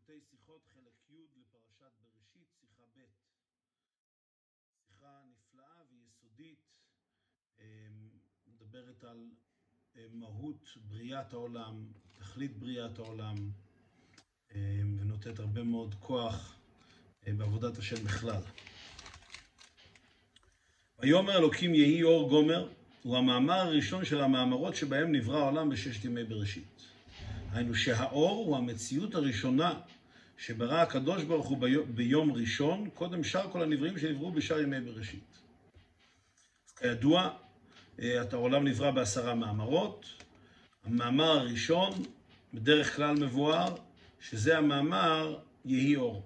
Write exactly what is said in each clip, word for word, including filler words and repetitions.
לימודי שיחות חלק י' לפרשת בראשית, שיחה ב'. שיחה נפלאה ויסודית, מדברת על מהות בריאת העולם, תכלית בריאת העולם, ונותנת הרבה מאוד כוח בעבודת השם בכלל. ויאמר אלוקים יהי אור גומר, הוא המאמר הראשון של המאמרות שבהם נברא העולם בששת ימי בראשית. היינו שהאור הוא המציאות הראשונה שברא הקדוש ברוך הוא ביום ראשון, קודם שאר כל הנבראים שנבראו בשאר ימי בראשית. אז כידוע, העולם נברא בעשרה מאמרות. המאמר הראשון, בדרך כלל מבואר, שזה המאמר יהי אור.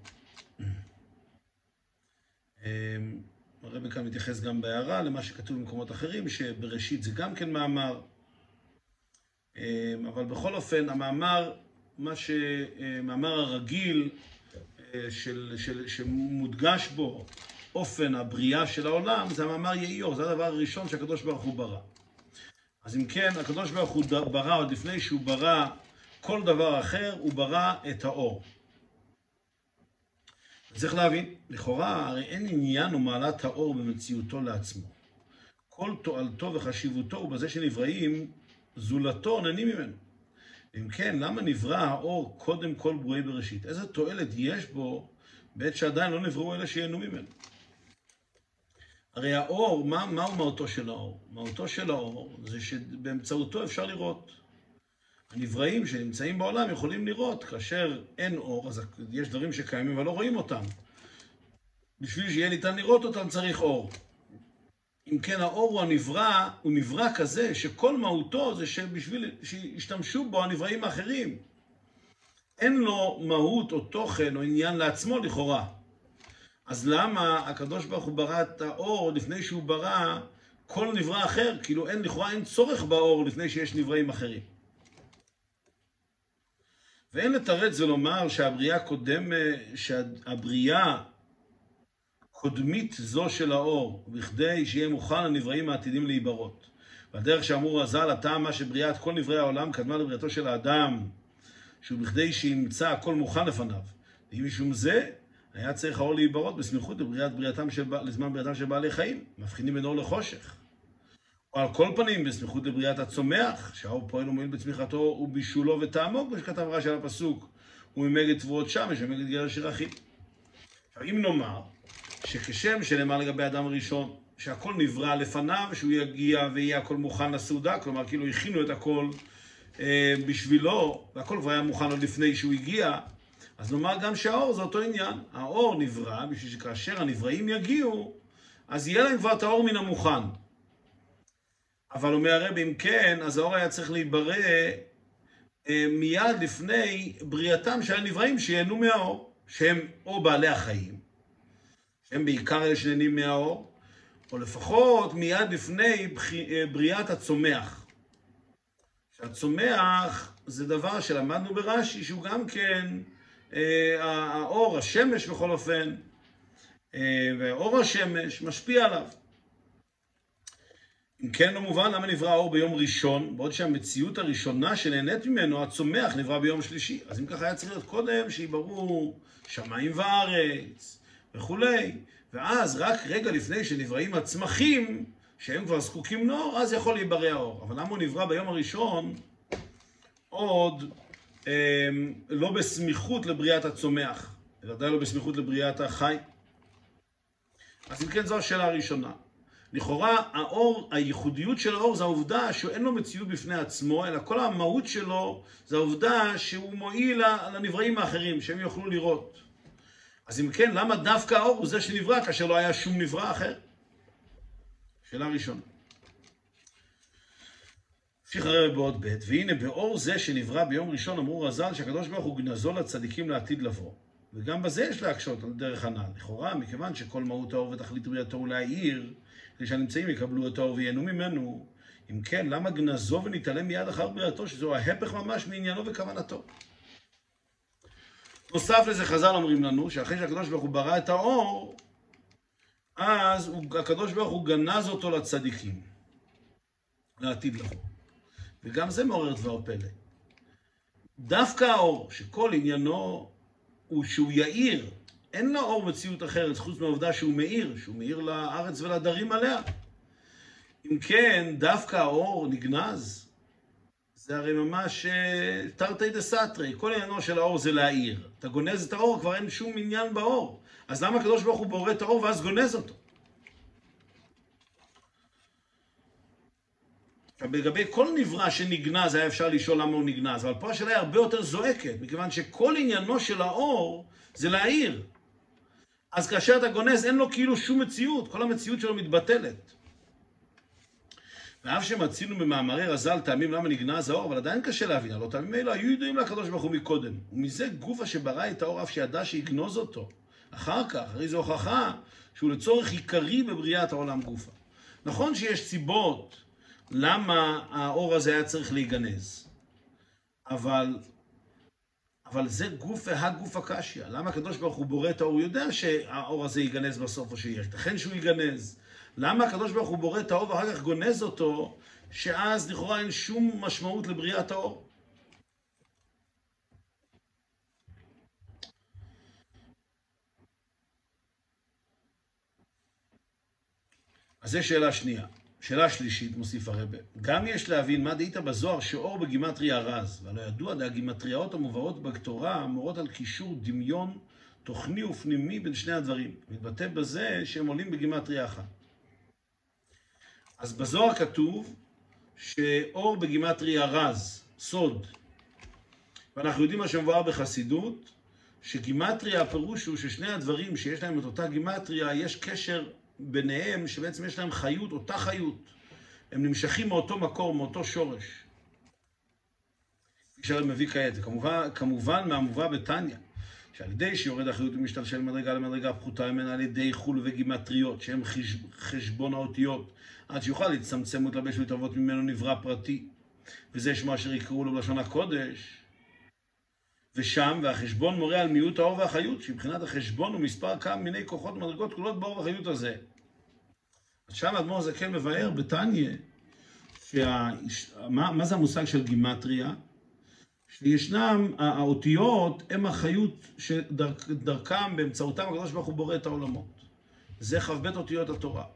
הרב כאן מתייחס גם בהערה למה שכתוב במקומות אחרים, שבראשית זה גם כן מאמר. אבל בכל אופן, המאמר, מה שמאמר הרגיל של, של, שמודגש בו אופן הבריאה של העולם, זה המאמר יהי אור, זה הדבר הראשון שהקדוש ברוך הוא ברא. אז אם כן, הקדוש ברוך הוא ברא עוד לפני שהוא ברא כל דבר אחר, הוא ברא את האור. צריך להבין, לכאורה הרי אין עניין ומעלת האור במציאותו לעצמו. כל תועלתו וחשיבותו הוא בזה שנבראים, זולתו נהנים ממנו. אם כן, למה נברא האור קודם כל ברואי בראשית? איזה תועלת יש בו בעת שעדיין לא נבראו אלה שיהנו ממנו? הרי האור, מה, מהו מהותו של האור? מהותו של האור זה שבאמצעותו אפשר לראות. הנבראים שנמצאים בעולם יכולים לראות, כאשר אין אור, אז יש דברים שקיימים אבל לא רואים אותם. בשביל שיהיה ניתן לראות אותם צריך אור. אם כן, האור הוא הנברא, הוא נברא כזה שכל מהותו זה שבשביל שישתמשו בו הנבראים האחרים. אין לו מהות או תוכן או עניין לעצמו לכאורה. אז למה הקדוש ברוך הוא ברא את האור לפני שהוא ברא כל נברא אחר? כאילו אין, לכאורה אין צורך באור לפני שיש נבראים אחרים. ואין לתרץ ולומר שהבריאה קודם, שהבריאה קודמית זו של האור, בכדי שיהיה מוכן לנבראים העתידים להיברות. והדרך שאמרו רז"ל, הטעם מה שבריאת כל נבראי העולם קדמה לבריאתו של האדם, שהוא בכדי שימצא הכל מוכן לפניו. ואם משום זה, היה צריך האור להיברות בסמיכות לבריאת בריאתם של, לזמן בריאתם של בעלי חיים, מבחינים בין אור לחושך. או על כל פנים, בסמיכות לבריאת הצומח, שהאור פועל ומועיל בצמיחתו ובישולו וטעמו, כמו שכתב רש"י על הפסוק, וממגד תבואות שמש ומגד גרש שירחים. עכשיו, אם נאמר, שכשם שנאמר לגבי אדם הראשון, שהכל נברא לפניו, שהוא יגיע ויהיה הכל מוכן לסעודה, כלומר, כאילו הכינו את הכל אה, בשבילו, והכל כבר היה מוכן עוד לפני שהוא הגיע, אז נאמר גם שהאור זה אותו עניין. האור נברא, בשביל שכאשר הנבראים יגיעו, אז יהיה להם כבר את האור מן המוכן. אבל אומר הרב, אם כן, אז האור היה צריך להיברא אה, מיד לפני בריאתם של הנבראים שיהנו מהאור, שהם או בעלי החיים, שהם בעיקר אלה שנהנים מהאור, או לפחות מיד לפני בריאת הצומח. שהצומח זה דבר שלמדנו ברש"י, שהוא גם כן אה, האור, השמש בכל אופן, אה, ואור השמש משפיע עליו. אם כן, לא מובן למה נברא האור ביום ראשון, בעוד שהמציאות הראשונה שנהנית ממנו, הצומח, נברא ביום שלישי. אז אם ככה היה צריך להיות קודם, שיברו שמיים וארץ וכולי, ואז רק רגע לפני שנבראים הצמחים, שהם כבר זקוקים לאור, אז יכול להיברא האור. אבל למה הוא נברא ביום הראשון, עוד אה, לא בסמיכות לבריאת הצומח, ודאי לא בסמיכות לבריאת החי? אז אם כן, זו השאלה הראשונה. לכאורה, האור, הייחודיות של האור זה העובדה שאין לו מציאות בפני עצמו, אלא כל המהות שלו זה העובדה שהוא מועיל לנבראים האחרים, שהם יוכלו לראות. אז אם כן, למה דווקא האור הוא זה שנברא כאשר לא היה שום נברא אחר? שאלה ראשונה. המשיך הרב בעוד ב', והנה באור זה שנברא ביום ראשון אמרו רז"ל שהקדוש ברוך הוא גנזו לצדיקים לעתיד לבוא. וגם בזה יש להקשות על דרך הנ"ל. לכאורה, מכיוון שכל מהות האור ותכלית בריאתו הוא להאיר, כדי שהנמצאים יקבלו את האור וייהנו ממנו, אם כן, למה גנזו ונתעלם מיד אחר בריאתו, שזו ההפך ממש מעניינו וכוונתו? נוסף לזה חז"ל אומרים לנו, שאחרי שהקדוש ברוך הוא ברא את האור, אז הקדוש ברוך הוא גנז אותו לצדיקים, לעתיד לבוא. וגם זה מעורר דבר פלא. דווקא האור, שכל עניינו הוא שהוא יאיר. אין לאור מציאות אחרת, חוץ מהעובדה שהוא מאיר, שהוא מאיר לארץ ולדרים עליה. אם כן, דווקא האור נגנז. זה הרי ממש תרתי דסתרי. כל עניינו של האור זה להאיר. אתה גונז את האור, כבר אין שום עניין באור. אז למה הקדוש ברוך הוא בורא את האור ואז גונז אותו? לגבי כל נברא שנגנז היה אפשר לשאול למה הוא נגנז, אבל פה השאלה היא הרבה יותר זועקת, מכיוון שכל עניינו של האור זה להאיר. אז כאשר אתה גונז אין לו כאילו שום מציאות, כל המציאות שלו מתבטלת. ואף שמצינו במאמרי רז"ל טעמים למה נגנז האור, אבל עדיין קשה להבין, הלא טעמים האלה היו ידועים לקדוש ברוך הוא מקודם. ומזה גופה שברא את האור אף שידע שיגנוז אותו. אחר כך, הרי זו הוכחה שהוא לצורך עיקרי בבריאת העולם גופה. נכון שיש סיבות למה האור הזה היה צריך להיגנז, אבל, אבל זה גוף והגוף הקשיא. למה הקדוש ברוך הוא בורא את האור? הוא יודע שהאור הזה ייגנז בסוף או שיהיה, ייתכן שהוא ייגנז. למה הקדוש ברוך הוא בורא את האור ואחר כך גונז אותו, שאז לכאורה אין שום משמעות לבריאת האור? אז זו שאלה שנייה. שאלה שלישית, מוסיף הרב, גם יש להבין מה דאית בזוהר שאור בגימטריה רז, ולא ידוע הגימטריות המובאות בתורה מורות על קישור דמיון תוכני ופנימי בין שני הדברים. מתבטא בזה שהם עולים בגימטריה אחת. אז בזוהר כתוב שאור בגימטריה רז, סוד. ואנחנו יודעים מה שמבואר בחסידות, שגימטריה הפירוש הוא ששני הדברים שיש להם את אותה גימטריה, יש קשר ביניהם שבעצם יש להם חיות, אותה חיות. הם נמשכים מאותו מקור, מאותו שורש. כשהרב מביא כעת, כמובן, כמובן מהמובא בתניא, שעל ידי שיורד החיות ומשתלשל מדרגה למדרגה פחותה ממנה על ידי חול וגימטריות, שהם חשבון האותיות, עד שיוכל להצטמצם ולהתלבש ולהתהוות ממנו נברא פרטי. וזה שמו אשר יקראו לו בלשון הקודש. ושם, והחשבון מורה על מיעוט האור והחיות, שמבחינת החשבון הוא מספר כמה מיני כוחות מדרגות כלולות באור והחיות הזה. אז שם אדמו"ר הזקן מבאר בתניא, שה... מה, מה זה המושג של גימטריה? שישנם, האותיות הם החיות שדרכם, באמצעותם הקדוש ברוך הוא בורא את העולמות. זה ח"ב אותיות התורה.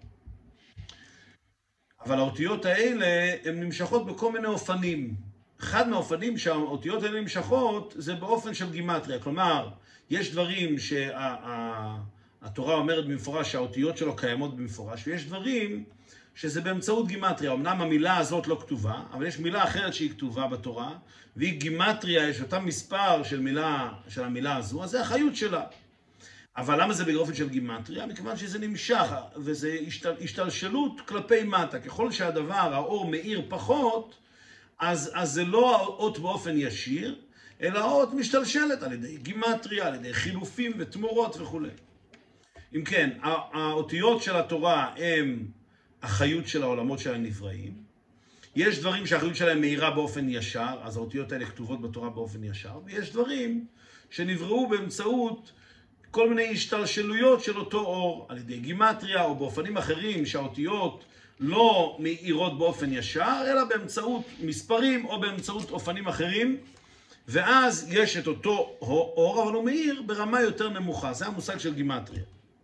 אבל האותיות האלה הן נמשכות בכל מיני אופנים. אחד מהאופנים שהאותיות האלה נמשכות זה באופן של גימטריה. כלומר, יש דברים שהתורה אומרת במפורש שהאותיות שלו קיימות במפורש, ויש דברים שזה באמצעות גימטריה. אמנם המילה הזאת לא כתובה, אבל יש מילה אחרת שהיא כתובה בתורה, והיא גימטריה, יש אותה מספר של, מילה, של המילה הזו, אז זה החיות שלה. אבל למה זה באופן של גימטריה? מכיוון שזה נמשך, וזה השתל, השתלשלות כלפי מטה. ככל שהדבר, האור מאיר פחות, אז, אז זה לא האות באופן ישיר, אלא האות משתלשלת על ידי גימטריה, על ידי חילופים ותמורות וכו'. אם כן, האותיות של התורה הם החיות של העולמות של הנבראים. יש דברים שהחיות שלהם מאירה באופן ישר, אז האותיות האלה כתובות בתורה באופן ישר, ויש דברים שנבראו באמצעות כל מיני השתלשלויות של אותו אור, על ידי גימטריה או באופנים אחרים שהאותיות לא מאירות באופן ישר, אלא באמצעות מספרים או באמצעות אופנים אחרים, ואז יש את אותו אור, אבל הוא מאיר ברמה יותר נמוכה. זה המושג של גימטריה.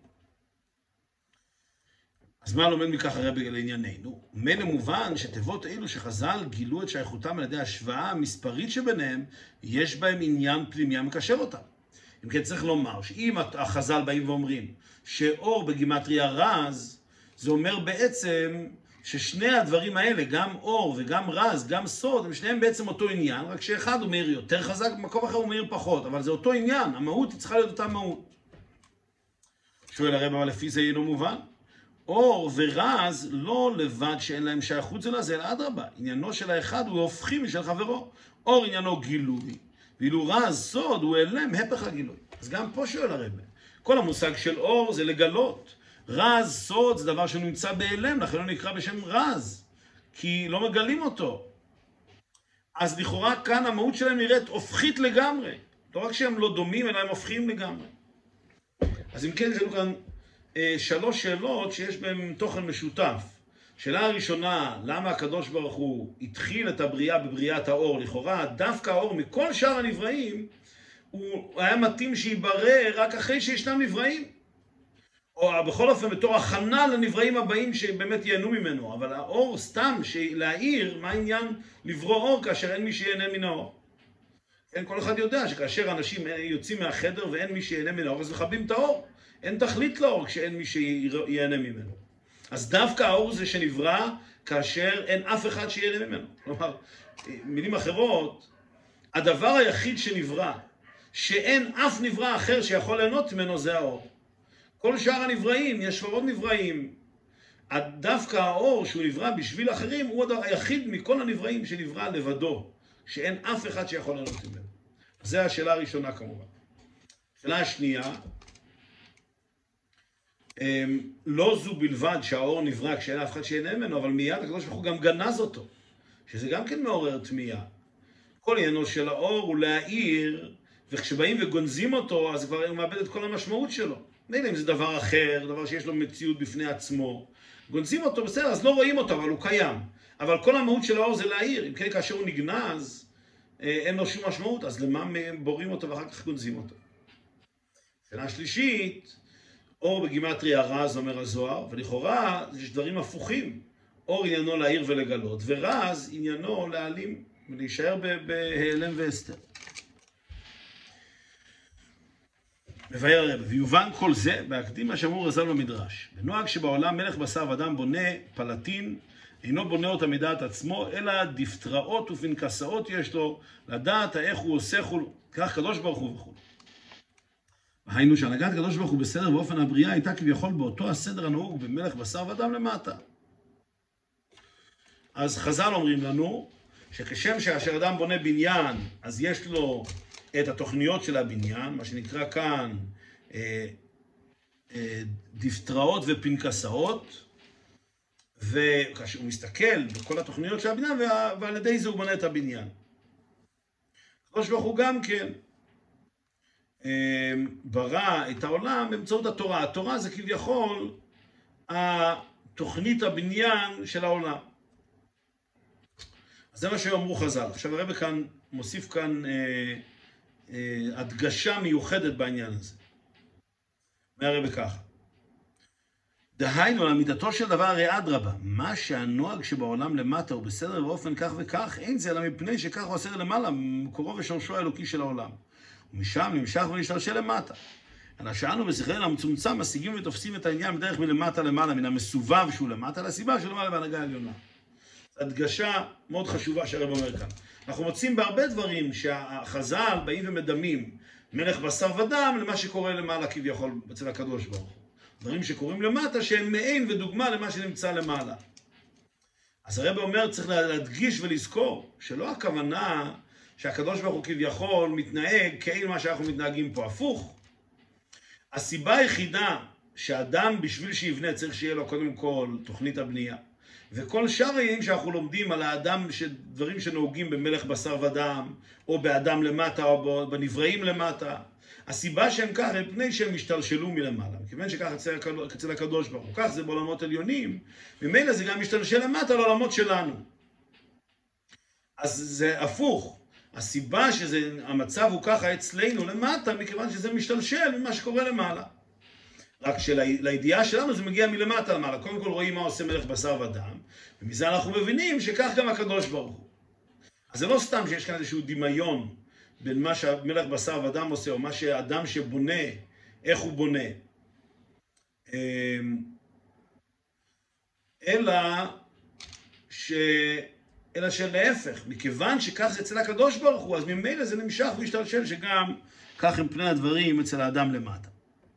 אז מה לומד מכך הרבי לענייננו? מילא מובן שתיבות אלו שחז"ל גילו את שייכותם על ידי השוואה המספרית שביניהם, יש בהם עניין פנימי המקשר אותם. אם כן צריך לומר שאם החז"ל באים ואומרים שאור בגימטריה רז, זה אומר בעצם ששני הדברים האלה, גם אור וגם רז, גם סוד, הם שניהם בעצם אותו עניין, רק שאחד הוא מאיר יותר חזק, במקום אחר הוא מאיר פחות, אבל זה אותו עניין, המהות היא צריכה להיות אותה מהות. שואל הרב, אבל לפי זה אינו מובן. אור ורז לא לבד שאין להם שייכות זה לזה, אלא אדרבה. עניינו של האחד הוא הופכי משל חברו. אור עניינו גילוי, ואילו רז, סוד, הוא אילם הפך הגילוי. אז גם פה שואל הרב, כל המושג של אור זה לגלות. רז, סוד, זה דבר שנמצא באלם, לכן לא נקרא בשם רז, כי לא מגלים אותו. אז לכאורה כאן המהות שלהם נראית הופכית לגמרי. לא רק שהם לא דומים, אלא הם הופכים לגמרי. אז אם כן, יש לנו כאן אה, שלוש שאלות שיש בהן תוכן משותף. שאלה הראשונה, למה הקדוש ברוך הוא התחיל את הבריאה בבריאת האור? לכאורה, דווקא האור מכל שאר הנבראים, הוא היה מתאים שיברא רק אחרי שישנם נבראים. או בכל אופן בתור הכנה לנבראים הבאים שבאמת ייהנו ממנו. אבל האור סתם, להאיר, מה העניין לברוא אור כאשר אין מי שיהנה מן האור? כן, כל אחד יודע שכאשר אנשים יוצאים מהחדר ואין מי שיהנה מן האור, אז מכבים את האור. אין תכלית לאור כשאין מי שיהנה ממנו. אז דווקא האור זה שנברא כאשר אין אף אחד שיהנה ממנו. כלומר, מילים אחרות, הדבר היחיד שנברא, שאין אף נברא אחר שיכול ליהנות ממנו, זה האור. כל שאר הנבראים, יש עוד נבראים. דווקא האור שהוא נברא בשביל אחרים, הוא היחיד מכל הנבראים שנברא לבדו, שאין אף אחד שיכול ליהנות ממנו. זו השאלה הראשונה כמובן. השאלה השנייה, לא זו בלבד שהאור נברא כשאין אף אחד שיהנה ממנו, אבל מיד הקדוש ברוך הוא גם גנז אותו, שזה גם כן מעורר תמיהה. כל עניינו של האור הוא להאיר, וכשבאים וגונזים אותו, אז כבר הוא מאבד את כל המשמעות שלו. נראה אם זה דבר אחר, דבר שיש לו מציאות בפני עצמו. גונזים אותו, בסדר, אז לא רואים אותו, אבל הוא קיים. אבל כל המהות של האור זה להאיר. אם כן, כאשר הוא נגנז, אין לו שום משמעות, אז למה בורים אותו ואחר כך גונזים אותו? שאלה שלישית, אור בגימטריה רז, אומר הזוהר, ולכאורה יש דברים הפוכים. אור עניינו להאיר ולגלות, ורז עניינו להעלים ולהישאר בהיעלם והסתר. מבאר הרב, ויובן כל זה בהקדים מה שאמרו רז"ל במדרש. בנוהג שבעולם מלך בשר ודם בונה פלטין, אינו בונה אותה מדעת עצמו, אלא דפטראות ופנקסאות יש לו, לדעת איך הוא עושה חול, כך קדוש ברוך הוא וכו'. היינו שהנהגת קדוש ברוך הוא בסדר באופן הבריאה הייתה כביכול באותו הסדר הנהוג במלך בשר ודם למטה. אז חז"ל אומרים לנו שכשם שאשר אדם בונה בניין, אז יש לו את התוכניות של הבניין, מה שנקרא כאן אה, אה, דפטראות ופנקסאות, וכאשר הוא מסתכל בכל התוכניות של הבניין, ועל ידי זה הוא בונה את הבניין. קדוש ברוך הוא גם כן אה, ברא את העולם באמצעות התורה. התורה זה כביכול התוכנית הבניין של העולם. אז זה מה שאומרו חז"ל. עכשיו הרב כאן מוסיף כאן אה, אה, הדגשה מיוחדת בעניין הזה. מהרב ככה. דהיינו, על אמיתתו של דבר הרי אדרבה, מה שהנוהג שבעולם למטה הוא בסדר באופן כך וכך, אין זה אלא מפני שכך הוא עושה למעלה, מקורו ושורשו האלוקי של העולם. ומשם נמשך ונשתלשל למטה. אלא שאנו בשכלנו המצומצם משיגים ותופסים את העניין בדרך מלמטה למעלה, מן המסובב שהוא למטה, לסיבה שהוא למעלה בהנהגה העליונה. הדגשה מאוד חשובה שהרב אומר כאן. אנחנו מוצאים בהרבה דברים שהחז"ל באים ומדמים מלך בשר ודם למה שקורה למעלה כביכול אצל הקדוש ברוך הוא. דברים שקורים למטה שהם מעין ודוגמה למה שנמצא למעלה. אז הרב אומר צריך להדגיש ולזכור שלא הכוונה שהקדוש ברוך הוא כביכול מתנהג כאילו מה שאנחנו מתנהגים פה, הפוך. הסיבה היחידה שאדם בשביל שיבנה צריך שיהיה לו קודם כל תוכנית הבנייה. וכל שאר העניינים שאנחנו לומדים על האדם, דברים שנהוגים במלך בשר ודם, או באדם למטה, או בנבראים למטה, הסיבה שהם כך, הם פני שהם משתלשלו מלמעלה. מכיוון שכך אצל הקדוש ברוך הוא, כך זה בעולמות עליונים, ממילא זה גם משתלשל למטה לעולמות שלנו. אז זה הפוך. הסיבה שהמצב הוא ככה אצלנו למטה, מכיוון שזה משתלשל ממה שקורה למעלה. רק שלידיעה שלנו זה מגיע מלמטה למעלה. קודם כל רואים מה עושה מלך בשר ודם, ומזה אנחנו מבינים שכך גם הקדוש ברוך הוא. אז זה לא סתם שיש כאן איזשהו דמיון בין מה שהמלך בשר ודם עושה, או מה שהאדם שבונה, איך הוא בונה. אלא ש... אלא שלהפך, מכיוון שכך זה אצל הקדוש ברוך הוא, אז ממילא זה נמשך והשתלשל שגם כך הם פני הדברים אצל האדם למטה.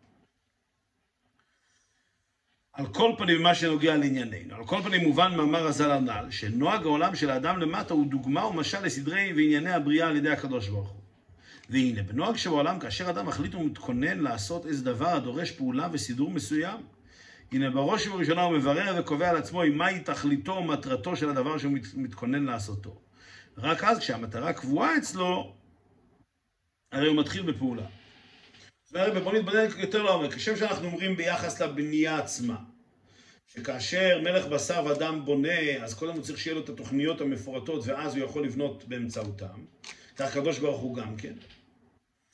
על כל פנים, מה שנוגע לענייננו, על כל פנים מובן מאמר הז"ל הנ"ל, שנוהג העולם של האדם למטה הוא דוגמה ומשל לסדרי וענייני הבריאה על ידי הקדוש ברוך הוא. והנה, בנוהג שבעולם, כאשר אדם מחליט ומתכונן לעשות איזה דבר הדורש פעולה וסידור מסוים, הנה בראש ובראשונה הוא מברר וקובע על עצמו עם מהי תכליתו או מטרתו של הדבר שהוא מתכונן לעשותו. רק אז, כשהמטרה קבועה אצלו, הרי הוא מתחיל בפעולה. בואו נתבונן יותר לעומק. כשם שאנחנו אומרים ביחס לבנייה עצמה, שכאשר מלך בשר ודם בונה, אז קודם הוא צריך שיהיה לו את התוכניות המפורטות, ואז הוא יכול לבנות באמצעותם. כך הקדוש ברוך הוא גם כן.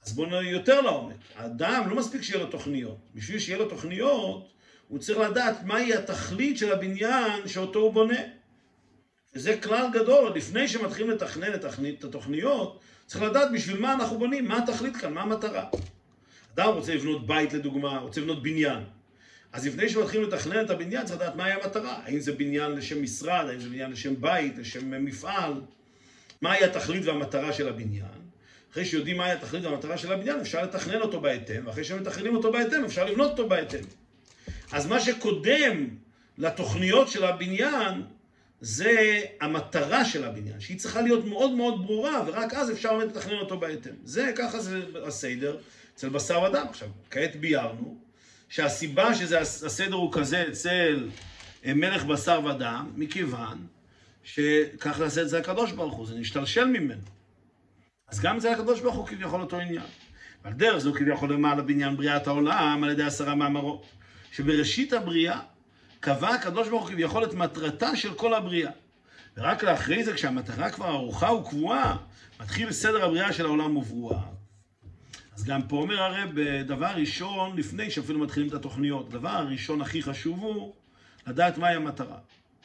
אז בואו נראה יותר לעומק. האדם לא מספיק שיהיה לו תוכניות. בשביל שיהיה לו תוכניות, הוא צריך לדעת מהי התכלית של הבניין שאותו הוא בונה. וזה כלל גדול. לפני שמתחילים לתכנן את התוכניות, צריך לדעת בשביל מה אנחנו בונים, מה התכלית כאן, מה המטרה. אדם רוצה לבנות בית לדוגמה, רוצה לבנות בניין. אז לפני שמתחילים לתכנן את הבניין, צריך לדעת מהי המטרה. האם זה בניין לשם משרד, האם זה בניין לשם בית, לשם מפעל. מהי התכלית והמטרה של הבניין. אחרי שיודעים מהי התכלית והמטרה של הבניין, אפשר לתכנן אותו בהתאם, ואחרי שמתכננים אותו בהתאם, אפשר לבנות אותו בהתאם. אז מה שקודם לתוכניות של הבניין, זה המטרה של הבניין, שהיא צריכה להיות מאוד מאוד ברורה, ורק אז אפשר לתכנן אותו בהתאם. זה, ככה זה הסדר אצל בשר ודם. עכשיו, כעת ביארנו, שהסיבה שזה הסדר הוא כזה אצל מלך בשר ודם, מכיוון שכך לעשה את זה הקדוש ברוך הוא, זה נשתלשל ממנו. אז גם זה הקדוש ברוך הוא כביכול אותו עניין. ועל דרך זו כביכול למעלה בעניין בריאת העולם על ידי עשרה מאמרות. שבראשית הבריאה קבע הקדוש ברוך הוא כביכול את מטרתה של כל הבריאה. ורק לאחרי זה, כשהמטרה כבר ארוכה וקבועה, מתחיל סדר הבריאה של העולם וברורה. אז גם פה אומר הרב, בדבר ראשון, לפני שאפילו מתחילים את התוכניות, הדבר הראשון הכי חשוב הוא לדעת מהי המטרה.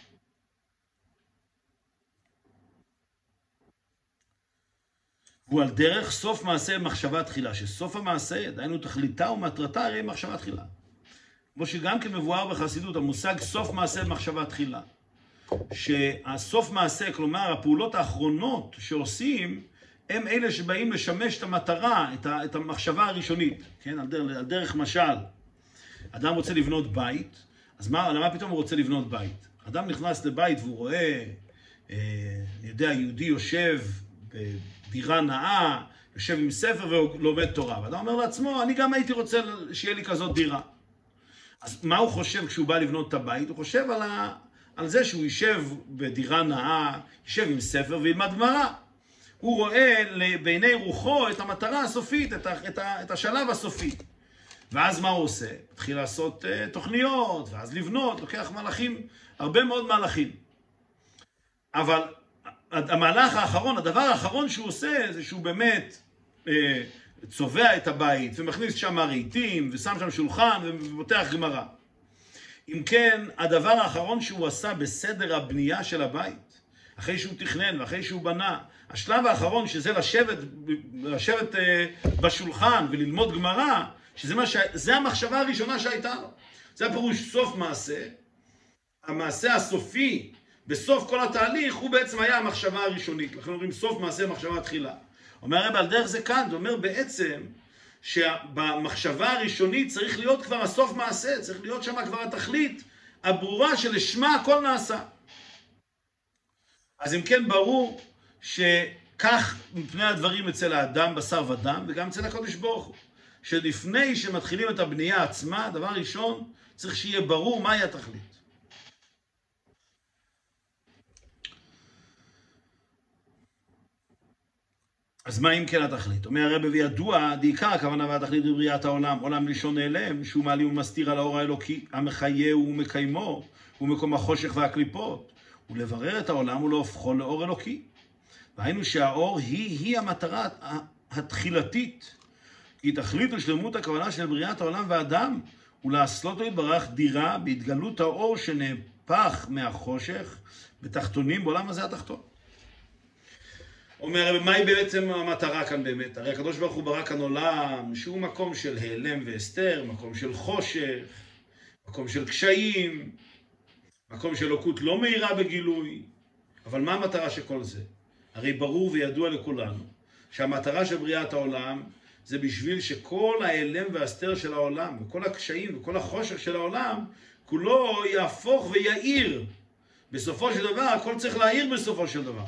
הוא על דרך סוף מעשה מחשבה תחילה, שסוף המעשה, דיינו תכליתה ומטרתה, הרי מחשבה תחילה. כמו שגם כמבואר בחסידות, המושג סוף מעשה מחשבה תחילה. שהסוף מעשה, כלומר, הפעולות האחרונות שעושים, הם אלה שבאים לשמש את המטרה, את המחשבה הראשונית. כן? על דרך, על דרך משל. אדם רוצה לבנות בית, אז מה, למה פתאום הוא רוצה לבנות בית? אדם נכנס לבית והוא רואה, אה, אני יודע, יהודי יושב בדירה נאה, יושב עם ספר ולומד תורה. ואדם אומר לעצמו, אני גם הייתי רוצה שיהיה לי כזאת דירה. אז מה הוא חושב כשהוא בא לבנות את הבית? הוא חושב על, ה... על זה שהוא יישב בדירה נאה, יישב עם ספר וילמד גמרא. הוא רואה בעיני רוחו את המטרה הסופית, את, ה... את, ה... את השלב הסופי. ואז מה הוא עושה? התחיל לעשות uh, תוכניות, ואז לבנות, לוקח מהלכים, הרבה מאוד מהלכים. אבל המהלך האחרון, הדבר האחרון שהוא עושה, זה שהוא באמת uh, צובע את הבית, ומכניס שם רהיטים, ושם שם שולחן, ומותח גמרא. אם כן, הדבר האחרון שהוא עשה בסדר הבנייה של הבית, אחרי שהוא תכנן ואחרי שהוא בנה, השלב האחרון שזה לשבת, לשבת uh, בשולחן וללמוד גמרא, שזה מה ש... זה המחשבה הראשונה שהייתה לו. זה הפירוש סוף מעשה. המעשה הסופי, בסוף כל התהליך, הוא בעצם היה המחשבה הראשונית. לכן אומרים סוף מעשה מחשבה תחילה. אומר הרב, על דרך זה כאן, זה אומר בעצם שבמחשבה הראשונית צריך להיות כבר הסוף מעשה, צריך להיות שם כבר התכלית הברורה שלשמה הכל נעשה. אז אם כן ברור שכך מפני הדברים אצל האדם בשר ודם, וגם אצל הקדוש ברוך הוא. שלפני שמתחילים את הבנייה עצמה, דבר ראשון, צריך שיהיה ברור מהי התכלית. אז מה אם כן התכלית? אומר הרב וידוע, דעיקר הכוונה והתכלית בבריאת העולם, עולם לישון נעלם, שהוא מעלים ומסתיר על האור האלוקי, המחיה ומקיימו, ומקום החושך והקליפות, ולברר את העולם ולהופכו לאור אלוקי. והיינו שהאור היא, היא המטרה התחילתית, כי תכלית ושלמות הכוונה של בריאת העולם והאדם, ולעשות לו יתברך דירה בהתגלות האור שנהפך מהחושך בתחתונים בעולם הזה התחתון. אומר, מהי בעצם המטרה כאן באמת? הרי הקדוש ברוך הוא ברא כאן עולם שהוא מקום של העלם והסתר, מקום של חושך, מקום של קשיים, מקום של אלוקות לא מהירה בגילוי. אבל מה המטרה של כל זה? הרי ברור וידוע לכולנו שהמטרה של בריאת העולם זה בשביל שכל העלם והסתר של העולם, וכל הקשיים וכל החושך של העולם, כולו יהפוך ויעיר. בסופו של דבר, הכל צריך להעיר בסופו של דבר.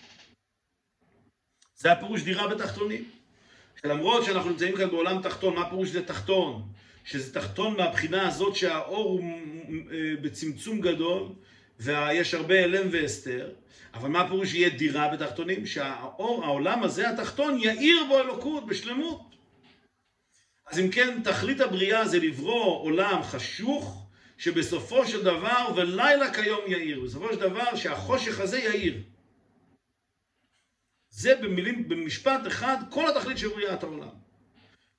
זה הפירוש דירה בתחתונים. שלמרות שאנחנו נמצאים כאן בעולם תחתון, מה הפירוש זה תחתון? שזה תחתון מהבחינה הזאת שהאור הוא בצמצום גדול, ויש הרבה העלם והסתר. אבל מה הפירוש יהיה דירה בתחתונים? שהאור, העולם הזה, התחתון, יאיר בו אלוקות בשלמות. אז אם כן, תכלית הבריאה זה לברוא עולם חשוך, שבסופו של דבר ולילה כיום יאיר. בסופו של דבר שהחושך הזה יאיר. זה במילים, במשפט אחד, כל התכלית של בריאת העולם.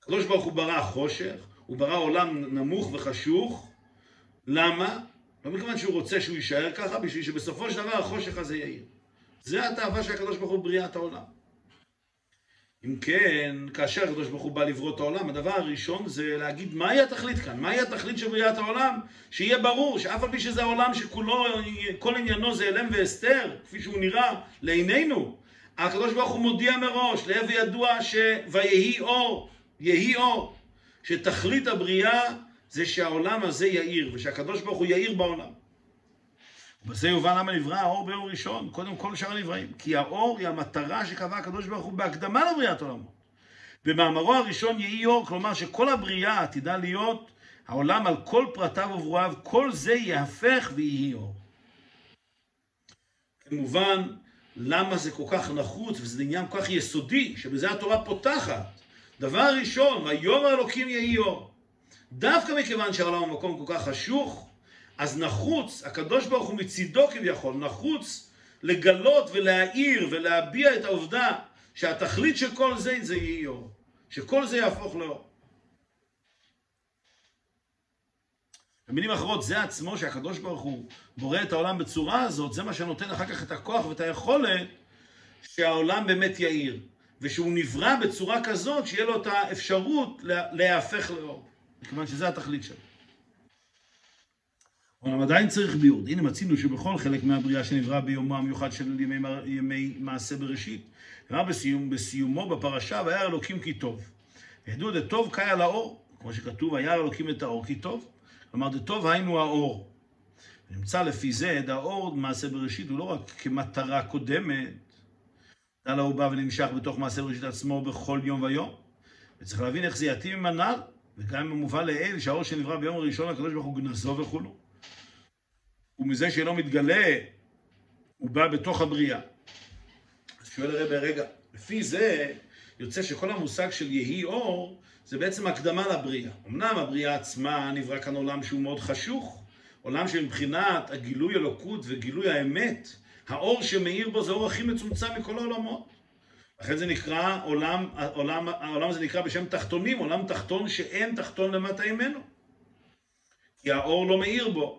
הקדוש ברוך הוא ברא חושך, הוא ברא עולם נמוך וחשוך. למה? לא מכיוון שהוא רוצה שהוא יישאר ככה, בשביל שבסופו של דבר החושך הזה יאיר. זה התאווה של הקדוש ברוך הוא בריאת העולם. אם כן, כאשר הקדוש ברוך הוא בא לברוא את העולם, הדבר הראשון זה להגיד מהי התכלית כאן, מהי התכלית של בריאת העולם, שיהיה ברור שאף על פי שזה העולם שכולו, כל עניינו זה אלם ואסתר, כפי שהוא נראה לעינינו, הקדוש ברוך הוא מודיע מראש, להווה ידוע שויהי אור, יהי אור, שתכלית הבריאה זה שהעולם הזה יאיר, ושהקדוש ברוך הוא יאיר בעולם. ובזה יובן למה נברא האור ביום ראשון, קודם כל שאר הנבראים, כי האור היא המטרה שקבע הקדוש ברוך הוא בהקדמה לבריאת עולמו. במאמרו הראשון יהי אור, כלומר שכל הבריאה עתידה להיות העולם על כל פרטיו וברואיו, כל זה יהפך ויהי אור. כמובן, למה זה כל כך נחוץ, וזה עניין כל כך יסודי, שבזה התורה פותחת. דבר ראשון, ויאמר אלוקים יהי אור. דווקא מכיוון שהעולם במקום כל כך חשוך, אז נחוץ, הקדוש ברוך הוא מצידו כביכול, נחוץ לגלות ולהאיר ולהביע את העובדה שהתכלית של כל זה זה יהי אור. שכל זה יהפוך לאור. במילים אחרות, זה עצמו שהקדוש ברוך הוא בורא את העולם בצורה הזאת, זה מה שנותן אחר כך את הכוח ואת היכולת שהעולם באמת יאיר. ושהוא נברא בצורה כזאת שיהיה לו את האפשרות להיהפך לאור. מכיוון שזה התכלית שלו. אבל עדיין צריך ביור. הנה מצינו שבכל חלק מהבריאה שנברא ביומו המיוחד של ימי, ימי מעשה בראשית, נאמר בסיום, בסיומו בפרשה, וירא אלוקים כי טוב. ידעו דטוב קאי לאור, כמו שכתוב, וירא אלוקים את האור כי טוב. כלומר, דטוב היינו האור. ונמצא לפי זה, האור במעשה בראשית הוא לא רק כמטרה קודמת, אלא הוא בא ונמשך בתוך מעשה בראשית עצמו בכל יום ויום. וצריך להבין איך זה יתאים עם הנ"ל, וגם מובא לאל שהאור שנברא ביום הראשון הקדוש ברוך הוא גנזו וכולו. ומזה שלא מתגלה, הוא בא בתוך הבריאה. אז שואל הרב רגע, לפי זה יוצא שכל המושג של יהי אור, זה בעצם הקדמה לבריאה. אמנם הבריאה עצמה נברא כאן עולם שהוא מאוד חשוך, עולם שמבחינת הגילוי אלוקות וגילוי האמת, האור שמאיר בו זה האור הכי מצומצם מכל העולמות. לכן זה נקרא, עולם, העולם, העולם הזה נקרא בשם תחתונים, עולם תחתון שאין תחתון למטה ממנו. כי האור לא מאיר בו.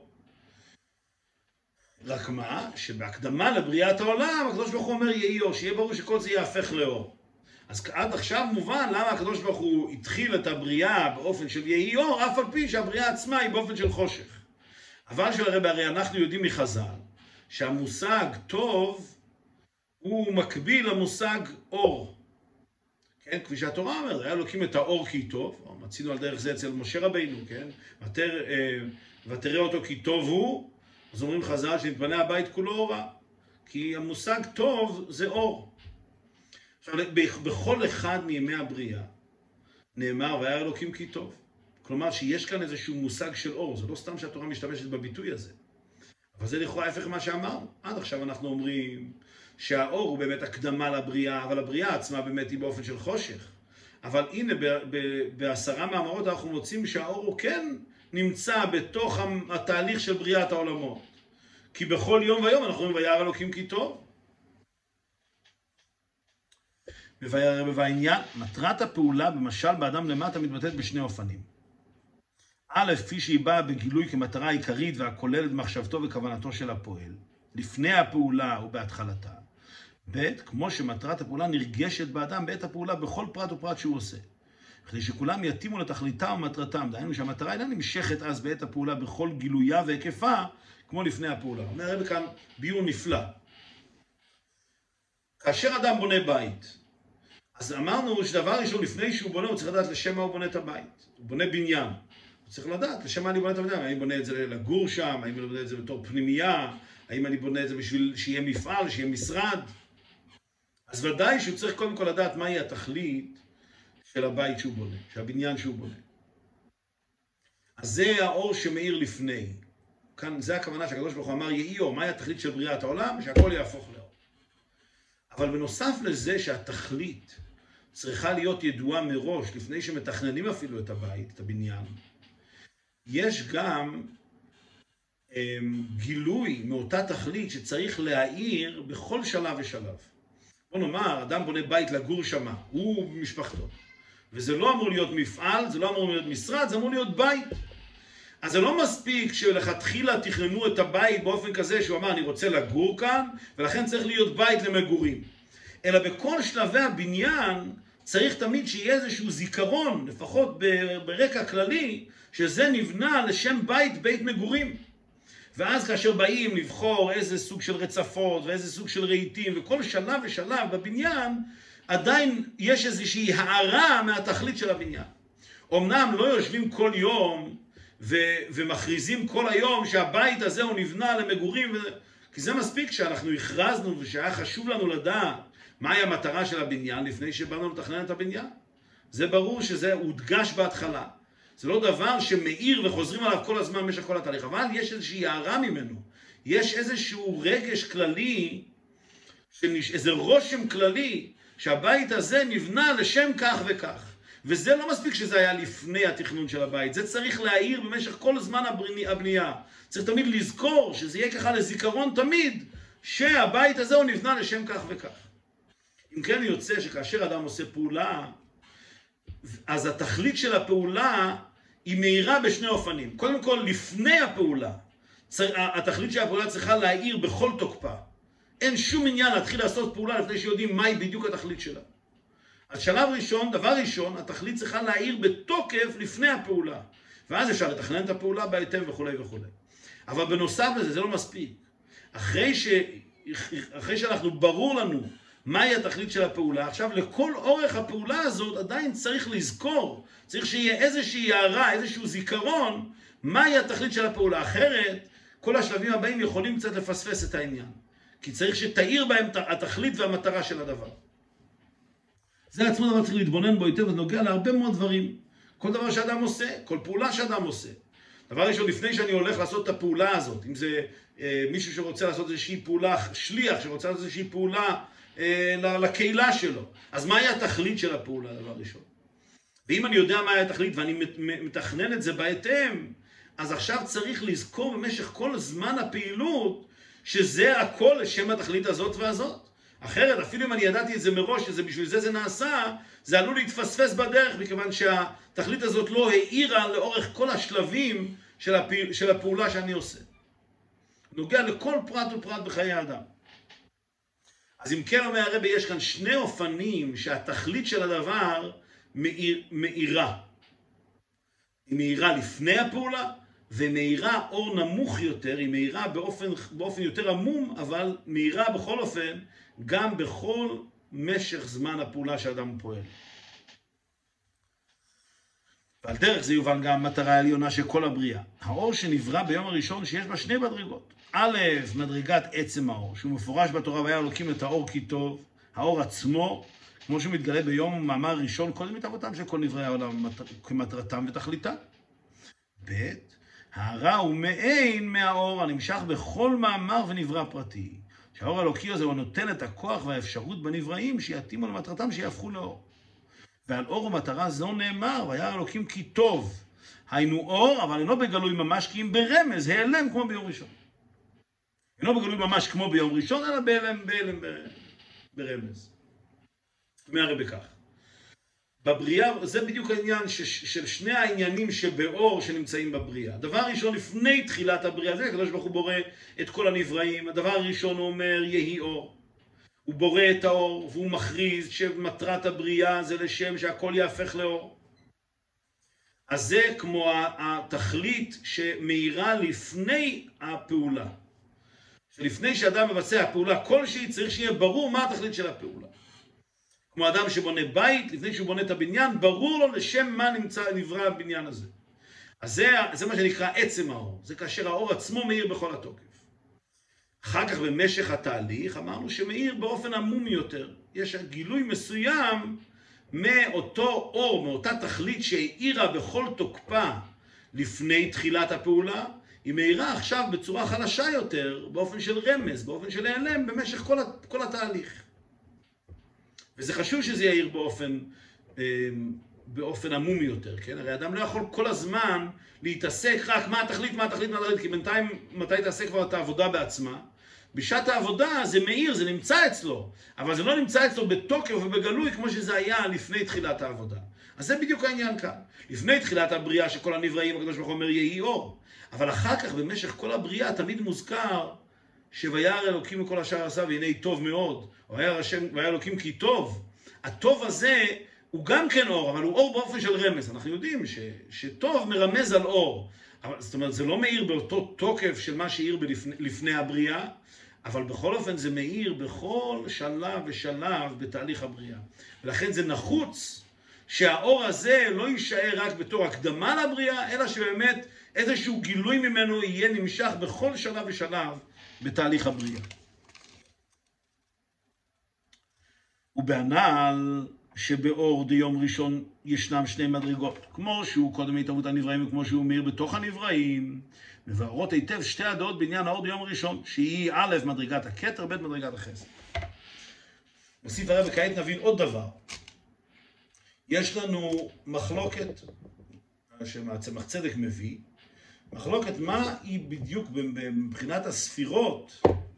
רק מה? שבהקדמה לבריאת העולם, הקדוש ברוך הוא אומר יהי אור, שיהיה ברור שכל זה יהפך לאור. אז עד עכשיו מובן למה הקדוש ברוך הוא התחיל את הבריאה באופן של יהי אור, אף על פי שהבריאה עצמה היא באופן של חושך. אבל שלרבי, הרי אנחנו יודעים מחז"ל, שהמושג טוב הוא מקביל למושג אור. כן? כפי שהתורה אומרת, היה לוקים את האור כי טוב, מצינו על דרך זה אצל משה רבינו, כן? ותר, ותראה אותו כי טוב הוא, אז אומרים חז"ל שנתפנה הבית כולו אורה, כי המושג טוב זה אור. עכשיו, בכל אחד מימי הבריאה נאמר, והיה אלוקים כי טוב. כלומר שיש כאן איזשהו מושג של אור, זה לא סתם שהתורה משתמשת בביטוי הזה. אבל זה לכאורה ההפך מה שאמרנו. עד עכשיו אנחנו אומרים שהאור הוא באמת הקדמה לבריאה, אבל הבריאה עצמה באמת היא באופן של חושך. אבל הנה, בעשרה מאמרות אנחנו מוצאים שהאור הוא כן נמצא בתוך התהליך של בריאת העולמות. כי בכל יום ויום אנחנו אומרים, וירא אלוקים כי טוב. והעניין, מטרת הפעולה במשל באדם למטה מתבטאת בשני אופנים. א', כפי שהיא באה בגילוי כמטרה העיקרית והכוללת מחשבתו וכוונתו של הפועל, לפני הפעולה ובהתחלתה. ב', כמו שמטרת הפעולה נרגשת באדם בעת הפעולה בכל פרט ופרט שהוא עושה. כדי שכולם יתאימו לתכליתם ומטרתם, דהיינו שהמטרה אינה נמשכת אז בעת הפעולה בכל גילויה והיקפה, כמו לפני הפעולה. אומר הרב כאן ביור נפלא. כאשר אדם בונה בית, אז אמרנו שדבר ראשון לפני שהוא בונה, הוא צריך לדעת לשם מה הוא בונה את הבית. הוא בונה בניין. הוא צריך לדעת לשם מה אני בונה את הבניין. האם אני בונה את זה לגור שם, האם אני בונה את זה בתור פנימייה, האם אני בונה את זה בשביל שיהיה מפעל, שיהיה משרד. אז ודאי שהוא צריך קודם כל לדעת מהי התכלית של הבית שהוא בונה, של הבניין שהוא בונה. אז זה האור שמאיר לפני. כאן זה הכוונה שהקדוש ברוך הוא אמר יהי אור, מהי התכלית של בריאת העולם? שהכל יהפוך לאור. אבל בנוסף לזה שהתכלית צריכה להיות ידועה מראש, לפני שמתכננים אפילו את הבית, את הבניין, יש גם הם, גילוי מאותה תכלית שצריך להאיר בכל שלב ושלב. בוא נאמר, אדם בונה בית לגור שמה, הוא ומשפחתו. וזה לא אמור להיות מפעל, זה לא אמור להיות משרד, זה אמור להיות בית. אז זה לא מספיק שלכתחילה תכננו את הבית באופן כזה שהוא אמר, אני רוצה לגור כאן, ולכן צריך להיות בית למגורים. אלא בכל שלבי הבניין צריך תמיד שיהיה איזשהו זיכרון, לפחות ברקע כללי, שזה נבנה לשם בית, בית מגורים. ואז כאשר באים לבחור איזה סוג של רצפות ואיזה סוג של רהיטים, וכל שלב ושלב בבניין, עדיין יש איזושהי הערה מהתכלית של הבניין. אמנם לא יושבים כל יום ו- ומכריזים כל היום שהבית הזה הוא נבנה למגורים, ו- כי זה מספיק שאנחנו הכרזנו ושהיה חשוב לנו לדעת מהי המטרה של הבניין לפני שבאנו לתכנן את הבניין. זה ברור שזה הודגש בהתחלה. זה לא דבר שמאיר וחוזרים עליו כל הזמן במשך כל התהליך, אבל יש איזושהי הערה ממנו. יש איזשהו רגש כללי, איזה רושם כללי, שהבית הזה נבנה לשם כך וכך. וזה לא מספיק שזה היה לפני התכנון של הבית. זה צריך להעיר במשך כל זמן הבנייה. צריך תמיד לזכור שזה יהיה ככה לזיכרון תמיד, שהבית הזה הוא נבנה לשם כך וכך. אם כן יוצא שכאשר אדם עושה פעולה, אז התכלית של הפעולה היא מהירה בשני אופנים. קודם כל, לפני הפעולה, התכלית של הפעולה צריכה להאיר בכל תוקפה. אין שום עניין להתחיל לעשות פעולה לפני שיודעים מהי בדיוק התכלית שלה. אז שלב ראשון, דבר ראשון, התכלית צריכה להאיר בתוקף לפני הפעולה. ואז אפשר לתכנן את הפעולה בהתאם וכו' וכו'. אבל בנוסף לזה, זה לא מספיק. אחרי, ש... אחרי שאנחנו ברור לנו מהי התכלית של הפעולה, עכשיו לכל אורך הפעולה הזאת עדיין צריך לזכור, צריך שיהיה איזושהי הערה, איזשהו זיכרון, מהי התכלית של הפעולה. אחרת, כל השלבים הבאים יכולים קצת לפספס את העניין. כי צריך שתאיר בהם התכלית והמטרה של הדבר. זה עצמו דבר צריך להתבונן בו היטב, זה נוגע להרבה מאוד דברים. כל דבר שאדם עושה, כל פעולה שאדם עושה. דבר ראשון, לפני שאני הולך לעשות את הפעולה הזאת, אם זה אה, מישהו שרוצה לעשות איזושהי פעולה, שליח שרוצה לעשות איזושהי פעולה אה, לקהילה שלו, אז מהי התכלית של הפעולה, דבר ראשון? ואם אני יודע מהי התכלית ואני מתכנן את זה בהתאם, אז עכשיו צריך לזכור במשך כל זמן הפעילות, שזה הכל לשם התכלית הזאת והזאת. אחרת, אפילו אם אני ידעתי את זה מראש, שזה בשביל זה זה נעשה, זה עלול להתפספס בדרך, מכיוון שהתכלית הזאת לא העירה לאורך כל השלבים של, הפעיל, של הפעולה שאני עושה. נוגע לכל פרט ופרט בחיי האדם. אז אם כן אומר הרבי, יש כאן שני אופנים שהתכלית של הדבר מאיר, מאירה. היא מאירה לפני הפעולה, ומאירה אור נמוך יותר, היא מאירה באופן, באופן יותר עמום, אבל מאירה בכל אופן גם בכל משך זמן הפעולה שאדם פועל. ועל דרך זה יובן גם המטרה העליונה של כל הבריאה. האור שנברא ביום הראשון שיש בה שני מדרגות. א', מדרגת עצם האור, שהוא מפורש בתורה, והיה אלוקים את האור כי טוב. האור עצמו, כמו שהוא מתגלה ביום מאמר ראשון, קודם התאוותם של כל נבראי העולם כמטרתם ותכליתם. ב', הרע הוא מעין מהאור הנמשך בכל מאמר ונברא פרטי. שהאור האלוקי הזה הוא נותן את הכוח והאפשרות בנבראים שיתאימו למטרתם שיהפכו לאור. ועל אור ומטרה זו נאמר, והיה אלוקים כי טוב. היינו אור, אבל אינו בגלוי ממש, כי אם ברמז, העלם כמו ביום ראשון. אינו בגלוי ממש כמו ביום ראשון, אלא בהלם, בהלם, ברמז. אומר בכך. בבריאה, זה בדיוק העניין של שני העניינים שבאור שנמצאים בבריאה. דבר ראשון, לפני תחילת הבריאה, זה הקדוש ברוך הוא בורא את כל הנבראים. הדבר הראשון הוא אומר, יהי אור. הוא בורא את האור, והוא מכריז שמטרת הבריאה זה לשם שהכל יהפך לאור. אז זה כמו התכלית שמאירה לפני הפעולה. שלפני שאדם מבצע הפעולה כלשהי, צריך שיהיה ברור מה התכלית של הפעולה. כמו אדם שבונה בית, לפני שהוא בונה את הבניין, ברור לו לשם מה נמצא, נברא הבניין הזה. אז זה, זה מה שנקרא עצם האור. זה כאשר האור עצמו מאיר בכל התוקף. אחר כך במשך התהליך אמרנו שמאיר באופן עמום יותר. יש גילוי מסוים מאותו אור, מאותה תכלית שהאירה בכל תוקפה לפני תחילת הפעולה, היא מאירה עכשיו בצורה חלשה יותר, באופן של רמז, באופן של העלם, במשך כל, כל התהליך. וזה חשוב שזה יאיר באופן, באופן עמום יותר, כן? הרי אדם לא יכול כל הזמן להתעסק רק מה התכלית, מה התכלית, מה התכלית, כי בינתיים מתי תעשה כבר את העבודה בעצמה. בשעת העבודה זה מאיר, זה נמצא אצלו, אבל זה לא נמצא אצלו בתוקף ובגלוי כמו שזה היה לפני תחילת העבודה. אז זה בדיוק העניין כאן. לפני תחילת הבריאה שכל הנבראים, הקדוש ברוך הוא אומר יהי אור. אבל אחר כך במשך כל הבריאה תמיד מוזכר שוירא אלוקים מכל אשר עשה והנה טוב מאוד. והיה אלוקים כי טוב. הטוב הזה הוא גם כן אור, אבל הוא אור באופן של רמז. אנחנו יודעים ש, שטוב מרמז על אור. אבל, זאת אומרת, זה לא מאיר באותו תוקף של מה שאיר בלפני, לפני הבריאה, אבל בכל אופן זה מאיר בכל שלב ושלב בתהליך הבריאה. ולכן זה נחוץ שהאור הזה לא יישאר רק בתור הקדמה לבריאה, אלא שבאמת איזשהו גילוי ממנו יהיה נמשך בכל שלב ושלב בתהליך הבריאה. ובענל שבאור דיום ראשון ישנם שני מדרגות, כמו שהוא קודם התהוות הנבראים וכמו שהוא מאיר בתוך הנבראים, מבארות היטב שתי הדעות בעניין האור דיום ראשון, שהיא א' מדרגת הכתר, ב' מדרגת החסד. נוסיף הרב וכעת נבין עוד דבר. יש לנו מחלוקת שמהצמח צדק מביא, מחלוקת מה היא בדיוק מבחינת הספירות,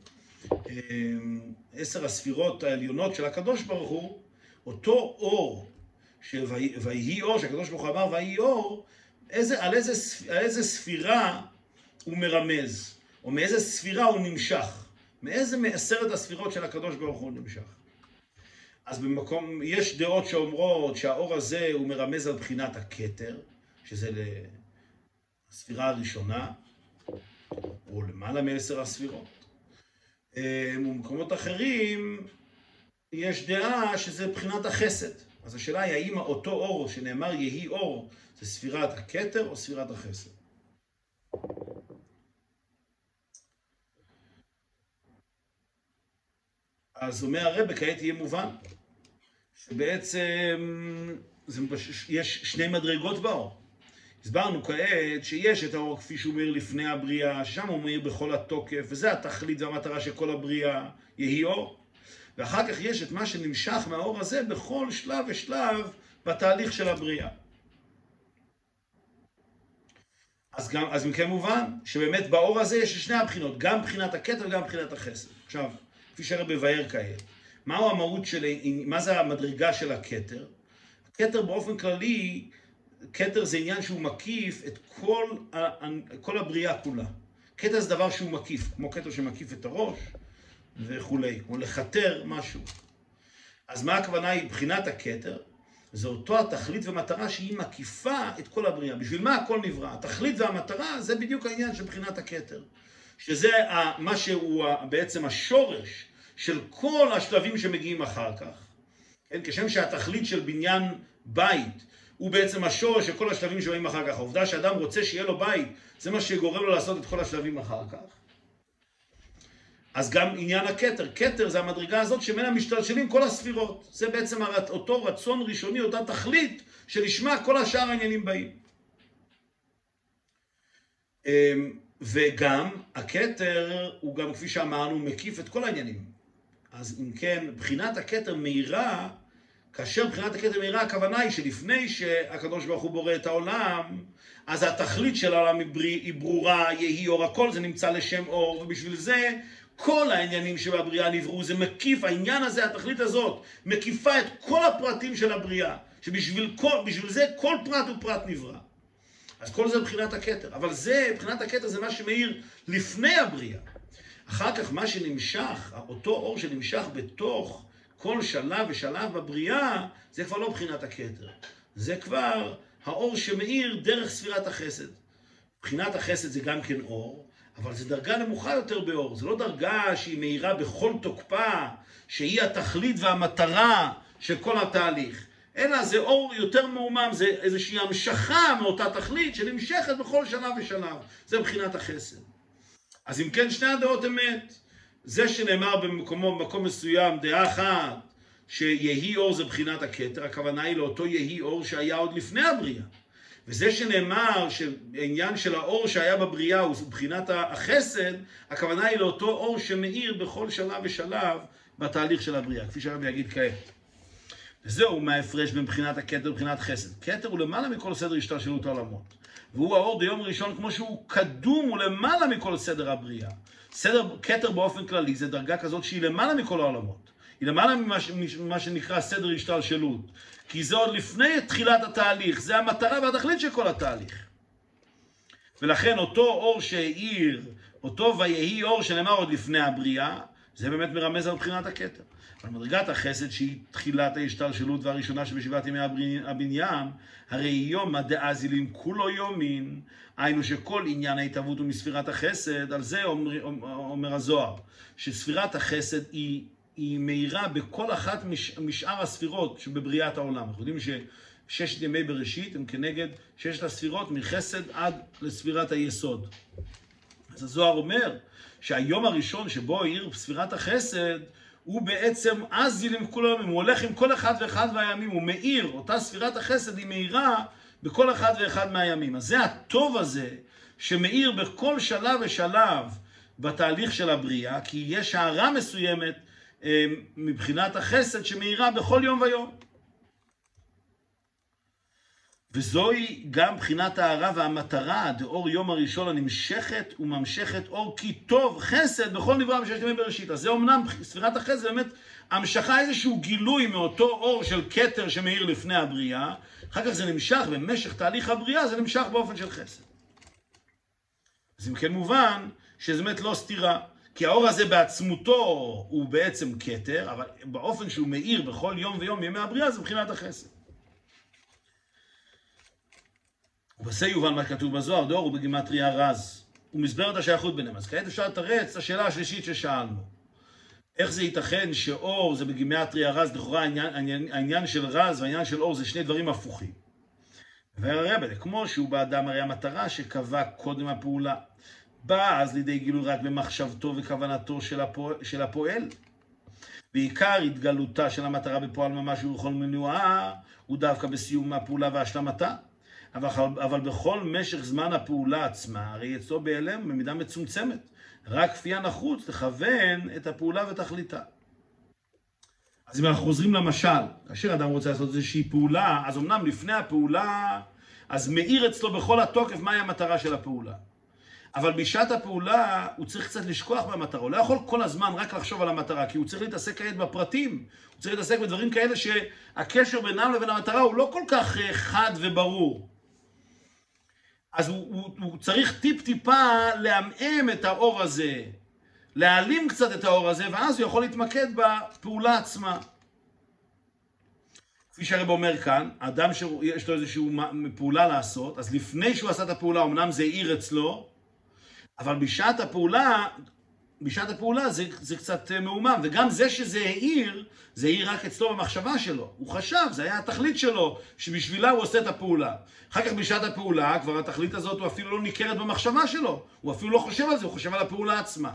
עשר הספירות העליונות של הקדוש ברוך הוא, אותו אור, ויהי אור, שהקדוש ברוך הוא אמר ויהי אור, איזה, על, איזה, על איזה ספירה הוא מרמז, או מאיזה ספירה הוא נמשך, מאיזה מעשרת הספירות של הקדוש ברוך הוא נמשך. אז במקום, יש דעות שאומרות שהאור הזה הוא מרמז על בחינת הכתר, שזה לספירה הראשונה, או למעלה מעשר הספירות. ובמקומות אחרים, יש דעה שזה בחינת החסד. אז השאלה היא, האם אותו אור שנאמר יהי אור, זה ספירת הכתר או ספירת החסד? אז אומר הרב, כעת יהיה מובן, שבעצם זה, יש שני מדרגות באור. הסברנו כעת שיש את האור כפי שהוא מאיר לפני הבריאה, שם הוא מאיר בכל התוקף, וזה התכלית והמטרה של כל הבריאה, יהי אור. ואחר כך יש את מה שנמשך מהאור הזה בכל שלב ושלב בתהליך של הבריאה. אז, גם, אז מכן מובן שבאמת באור הזה יש שני הבחינות, גם בחינת הכתר וגם בחינת החסד. עכשיו, כפי שהרב מבאר כעת, מהו המהות של, מה זה המדרגה של הכתר? הכתר באופן כללי, כתר זה עניין שהוא מקיף את כל, כל הבריאה כולה. כתר זה דבר שהוא מקיף, כמו כתר שמקיף את הראש וכולי, כמו לחתר משהו. אז מה הכוונה היא? בחינת הכתר, זה אותו התכלית ומטרה שהיא מקיפה את כל הבריאה. בשביל מה הכל נברא? התכלית והמטרה זה בדיוק העניין של בחינת הכתר. שזה מה שהוא בעצם השורש של כל השלבים שמגיעים אחר כך. כן? כשם שהתכלית של בניין בית הוא בעצם השורש של כל השלבים שבאים אחר כך. העובדה שאדם רוצה שיהיה לו בית, זה מה שגורם לו לעשות את כל השלבים אחר כך. אז גם עניין הכתר. כתר זה המדרגה הזאת שמנה משתלשלים כל הספירות. זה בעצם אותו רצון ראשוני, אותה תכלית שלשמה כל השאר העניינים באים. וגם הכתר הוא גם, כפי שאמרנו, מקיף את כל העניינים. אז אם כן, בחינת הכתר מהירה, כאשר בחינת הכתר מהירה, הכוונה היא שלפני שהקדוש ברוך הוא בורא את העולם, אז התכלית של העולם היא ברורה, יהי אור, הכל זה נמצא לשם אור, ובשביל זה כל העניינים שבבריאה נבראו, זה מקיף, העניין הזה, התכלית הזאת, מקיפה את כל הפרטים של הבריאה, שבשביל כל, בשביל זה כל פרט ופרט נברא. אז כל זה בחינת הכתר, אבל זה, בחינת הכתר זה מה שמאיר לפני הבריאה. אחר כך מה שנמשך, אותו אור שנמשך בתוך כל שלב ושלב בבריאה, זה כבר לא בחינת הכתר. זה כבר האור שמאיר דרך ספירת החסד. בחינת החסד זה גם כן אור, אבל זה דרגה נמוכה יותר באור. זה לא דרגה שהיא מאירה בכל תוקפה, שהיא התכלית והמטרה של כל התהליך. אלא זה אור יותר מעומם, זה איזושהי המשכה מאותה תכלית שנמשכת בכל שלב ושלב. זה בחינת החסד. אז אם כן, שני הדעות אמת. זה שנאמר במקומו, במקום מסוים, דעה אחת, שיהי אור זה בחינת הכתר, הכוונה היא לאותו יהי אור שהיה עוד לפני הבריאה. וזה שנאמר שהעניין של האור שהיה בבריאה הוא בחינת החסד, הכוונה היא לאותו אור שמאיר בכל שלב ושלב בתהליך של הבריאה, כפי שהרבי יגיד כעת. וזהו מההפרש בין בחינת הכתר ובחינת חסד. כתר הוא למעלה מכל סדר השתלשלות העולמות. והוא האור ביום ראשון כמו שהוא קדום ולמעלה מכל סדר הבריאה. סדר כתר באופן כללי זה דרגה כזאת שהיא למעלה מכל העולמות. היא למעלה ממה, ממה שנקרא סדר השתלשלות. כי זה עוד לפני תחילת התהליך, זה המטרה והתכלית של כל התהליך. ולכן אותו אור שהאיר, אותו ויהי אור שנאמר עוד לפני הבריאה, זה באמת מרמז על בחינת הכתר. אבל מדרגת החסד שהיא תחילת ההשתלשלות והראשונה שבשבעת ימי הבניין, הרי יומא דאזילין כולו יומין, היינו שכל עניין ההתהוות הוא מספירת החסד, על זה אומר, אומר הזוהר, שספירת החסד היא, היא מהירה בכל אחת מש, משאר הספירות שבבריאת העולם. אנחנו יודעים שששת ימי בראשית הם כנגד ששת הספירות מחסד עד לספירת היסוד. אז הזוהר אומר שהיום הראשון שבו העיר ספירת החסד, הוא בעצם אזיל עם כל הימים, הוא הולך עם כל אחד ואחד מהימים, הוא מאיר, אותה ספירת החסד היא מאירה בכל אחד ואחד מהימים. אז זה הטוב הזה שמאיר בכל שלב ושלב בתהליך של הבריאה, כי יש הערה מסוימת מבחינת החסד שמאירה בכל יום ויום. וזוהי גם בחינת הערה והמטרה, דאור יום הראשון הנמשכת וממשכת אור כי טוב חסד בכל נברא בששת ימי בראשית. אז זה אומנם ספירת החסד, זה באמת המשכה איזשהו גילוי מאותו אור של כתר שמאיר לפני הבריאה, אחר כך זה נמשך במשך תהליך הבריאה, זה נמשך באופן של חסד. אז אם כן מובן שזה באמת לא סתירה, כי האור הזה בעצמותו הוא בעצם כתר, אבל באופן שהוא מאיר בכל יום ויום ימי הבריאה זה בחינת החסד. ובזה יובן מה כתוב בזוהר, דאור הוא בגימטריה רז, ומסבר את השייכות ביניהם. אז כעת אפשר לתרץ את השאלה השלישית ששאלנו. איך זה ייתכן שאור זה בגימטריה רז, לכאורה העניין, העניין, העניין של רז והעניין של אור זה שני דברים הפוכים. והרבא, כמו שהוא באדם הרי המטרה שקבע קודם הפעולה, בא אז לידי גילוי רק במחשבתו וכוונתו של הפועל, של הפועל. בעיקר התגלותה של המטרה בפועל ממש ובכל מנועה, הוא דווקא בסיום הפעולה והשלמתה. אבל, אבל בכל משך זמן הפעולה עצמה, הרי אצלו בהיעלם במידה מצומצמת, רק כפי הנחוץ לכוון את הפעולה ותכליתה. אז אם אנחנו חוזרים למשל, כאשר אדם רוצה לעשות איזושהי פעולה, אז אמנם לפני הפעולה, אז מאיר אצלו בכל התוקף מהי המטרה של הפעולה. אבל בשעת הפעולה הוא צריך קצת לשכוח במטרה, הוא לא יכול כל הזמן רק לחשוב על המטרה, כי הוא צריך להתעסק כעת בפרטים, הוא צריך להתעסק בדברים כאלה שהקשר בינם לבין המטרה הוא לא כל כך חד וברור. אז הוא, הוא, הוא צריך טיפ-טיפה לעמעם את האור הזה, להעלים קצת את האור הזה, ואז הוא יכול להתמקד בפעולה עצמה. כפי שהרב אומר כאן, האדם שיש לו איזושהי פעולה לעשות, אז לפני שהוא עשה את הפעולה, אמנם זה העיר אצלו, אבל בשעת הפעולה, בשעת הפעולה זה, זה קצת מאומם, וגם זה שזה העיר, זה העיר רק אצלו במחשבה שלו. הוא חשב, זה היה התכלית שלו, שבשבילה הוא עושה את הפעולה. אחר כך בשעת הפעולה, כבר התכלית הזאת הוא אפילו לא ניכרת במחשבה שלו, הוא אפילו לא חושב על זה, הוא חושב על הפעולה עצמה.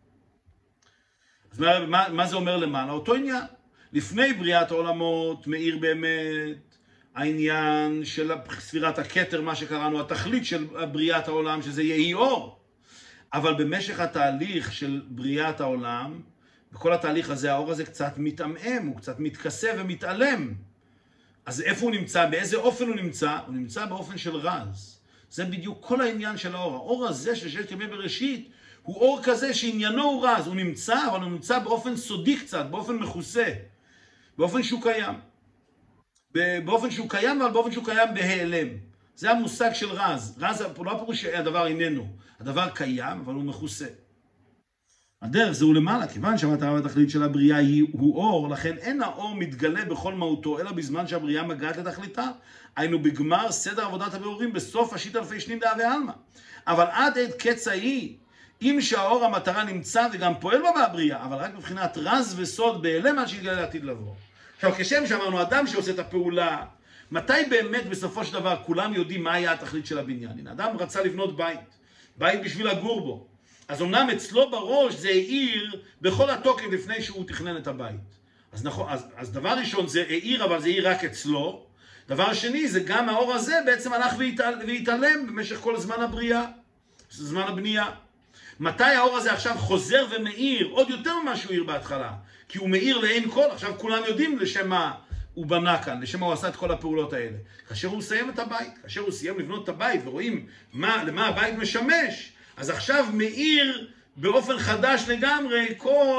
אז מה, מה זה אומר למעלה? אותו עניין. לפני בריאת העולמות, מאיר באמת העניין של ספירת הכתר, מה שקראנו, התכלית של בריאת העולם, שזה יהי אור. אבל במשך התהליך של בריאת העולם, בכל התהליך הזה, האור הזה קצת מתעמם, הוא קצת מתכסה ומתעלם. אז איפה הוא נמצא? באיזה אופן הוא נמצא? הוא נמצא באופן של רז. זה בדיוק כל העניין של האור. האור הזה של ששת ימי בראשית, הוא אור כזה שעניינו הוא רז. הוא נמצא, אבל הוא נמצא באופן סודי קצת, באופן מכוסה. באופן שהוא קיים. באופן שהוא קיים, אבל באופן שהוא קיים בהיעלם. זה המושג של רז. רז, לא הפירוש שהדבר איננו. הדבר קיים, אבל הוא מכוסה. הדרך זה הוא למעלה, כיוון שהמטרה והתכלית של הבריאה היא, הוא אור, לכן אין האור מתגלה בכל מהותו, אלא בזמן שהבריאה מגעת לתכליתה. היינו בגמר סדר עבודת הבירורים, בסוף השיט אלפי שנים דעה ועלמא. אבל עד עת קץ ההיא, אם שהאור המטרה נמצא וגם פועל בה בבריאה, אבל רק מבחינת רז וסוד בהיעלם עד שיתגלה לעתיד לבוא. עכשיו, כשם שאמרנו, אדם שעושה את הפעולה, מתי באמת בסופו של דבר כולם יודעים מה היה התכלית של הבניין? הנה, אדם רצה לבנות בית, בית בשביל לגור בו. אז אמנם אצלו בראש זה העיר בכל התוקף לפני שהוא תכנן את הבית. אז נכון, אז, אז דבר ראשון זה העיר, אבל זה העיר רק אצלו. דבר שני זה גם האור הזה בעצם הלך והתעל, והתעלם במשך כל זמן הבריאה, זמן הבנייה. מתי האור הזה עכשיו חוזר ומאיר עוד יותר ממה שהוא העיר בהתחלה? כי הוא מאיר לעין כל, עכשיו כולם יודעים לשם מה הוא בנה כאן, לשם מה הוא עשה את כל הפעולות האלה. כאשר הוא סיים את הבית, כאשר הוא סיים לבנות את הבית ורואים מה, למה הבית משמש, אז עכשיו מאיר באופן חדש לגמרי כל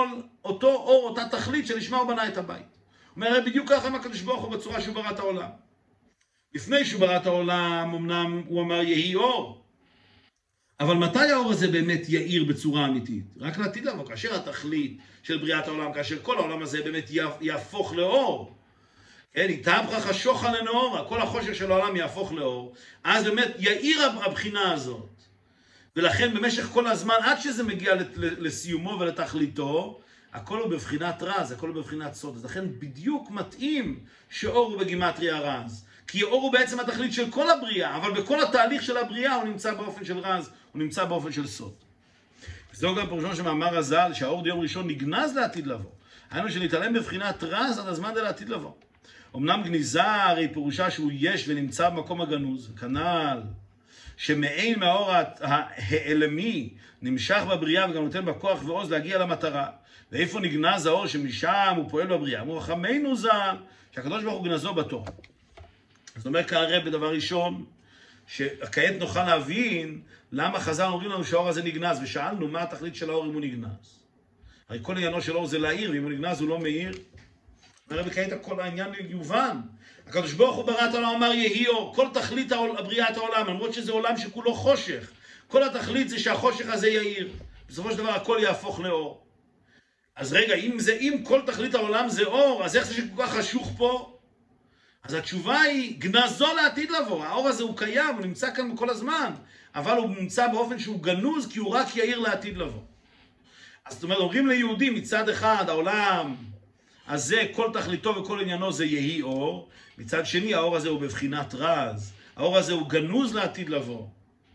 אותו אור, אותה תכלית שלשמה הוא בנה את הבית. הוא אומר, בדיוק ככה עם הקדוש ברוך הוא בצורה שהוא ברא את העולם. לפני שהוא ברא את העולם, אמנם הוא אמר יהי אור. אבל מתי האור הזה באמת יאיר בצורה אמיתית? רק לעתיד לבוא, כאשר התכלית של בריאת העולם, כאשר כל העולם הזה באמת יהפוך לאור. כן, יתהפך החשוך לנאור, כל החושך של העולם יהפוך לאור. אז באמת יאיר הבחינה הזאת. ולכן במשך כל הזמן, עד שזה מגיע לסיומו ולתכליתו, הכל הוא בבחינת רז, הכל הוא בבחינת סוד. אז לכן בדיוק מתאים שאור הוא בגימטריה רז. כי אור הוא בעצם התכלית של כל הבריאה, אבל בכל התהליך של הבריאה הוא נמצא באופן של רז, הוא נמצא באופן של סוד. וזהו גם פרשון שמאמר הז"ל, שהאור דיום ראשון נגנז לעתיד לבוא. היינו שנתעלם בבחינת רז עד הזמן דה לעתיד לבוא. אמנם גניזה הרי פירושה שהוא יש ונמצא במקום הגנוז, כנ"ל שמעין מהאור העלמי נמשך בבריאה וגם נותן בכוח ועוז להגיע למטרה. ואיפה נגנז האור שמשם הוא פועל בבריאה? אמרו חכמינו ז"ל שהקדוש ברוך הוא גנזו בתורה. זאת אומרת כהרב בדבר ראשון, שכעת נוכל להבין למה חז"ל אומרים לנו שהאור הזה נגנז, ושאלנו מה התכלית של האור אם הוא נגנז. הרי כל עניינו של האור זה להאיר, ואם הוא נגנז הוא לא מאיר. הרב כעת כל העניין יובן. הקדוש ברוך הוא ברא את העולם, אמר יהי אור, כל תכלית בריאת העולם, למרות שזה עולם שכולו חושך. כל התכלית זה שהחושך הזה יאיר. בסופו של דבר הכל יהפוך לאור. אז רגע, אם זה, אם כל תכלית העולם זה אור, אז איך זה שכל כך חשוך פה? אז התשובה היא, גנזו לעתיד לבוא. האור הזה הוא קיים, הוא נמצא כאן כל הזמן, אבל הוא נמצא באופן שהוא גנוז, כי הוא רק יאיר לעתיד לבוא. אז זאת אומרת, אומרים ליהודים, מצד אחד, העולם הזה, כל תכליתו וכל עניינו זה יהי אור, מצד שני, האור הזה הוא בבחינת רז, האור הזה הוא גנוז לעתיד לבוא.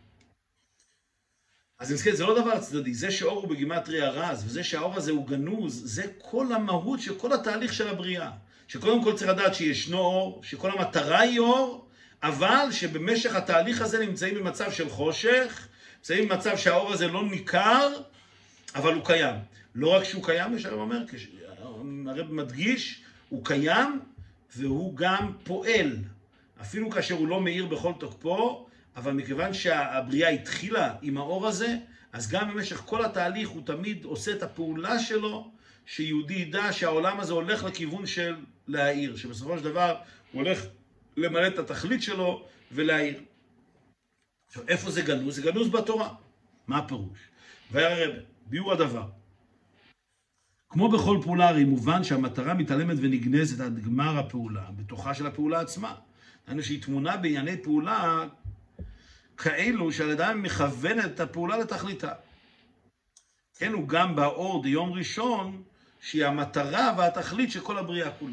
אז נזכיר, זה לא דבר צדדי, זה שאור הוא בגימטריה רז, וזה שהאור הזה הוא גנוז, זה כל המהות של כל התהליך של הבריאה. שקודם כל צריך לדעת שישנו אור, שכל המטרה היא אור, אבל שבמשך התהליך הזה נמצאים במצב של חושך, נמצאים במצב שהאור הזה לא ניכר, אבל הוא קיים. לא רק שהוא קיים, יש הרב אומר, הרב מדגיש, הוא קיים והוא גם פועל. אפילו כאשר הוא לא מאיר בכל תוקפו, אבל מכיוון שהבריאה התחילה עם האור הזה, אז גם במשך כל התהליך הוא תמיד עושה את הפעולה שלו, שיהודי ידע שהעולם הזה הולך לכיוון של להאיר, שבסופו של דבר הוא הולך למלא את התכלית שלו ולהאיר. עכשיו, איפה זה גנוז? זה גנוז בתורה. מה הפירוש? והרב, ביאור הדבר. כמו בכל פעולה, הרי מובן שהמטרה מתעלמת ונגנזת עד גמר הפעולה, בתוכה של הפעולה עצמה. דהיינו שהיא תמונה בענייני פעולה כאלו שעל ידם מכוונת את הפעולה לתכליתה. כן, הוא גם באור דיום ראשון, שהיא המטרה והתכלית של כל הבריאה כולה.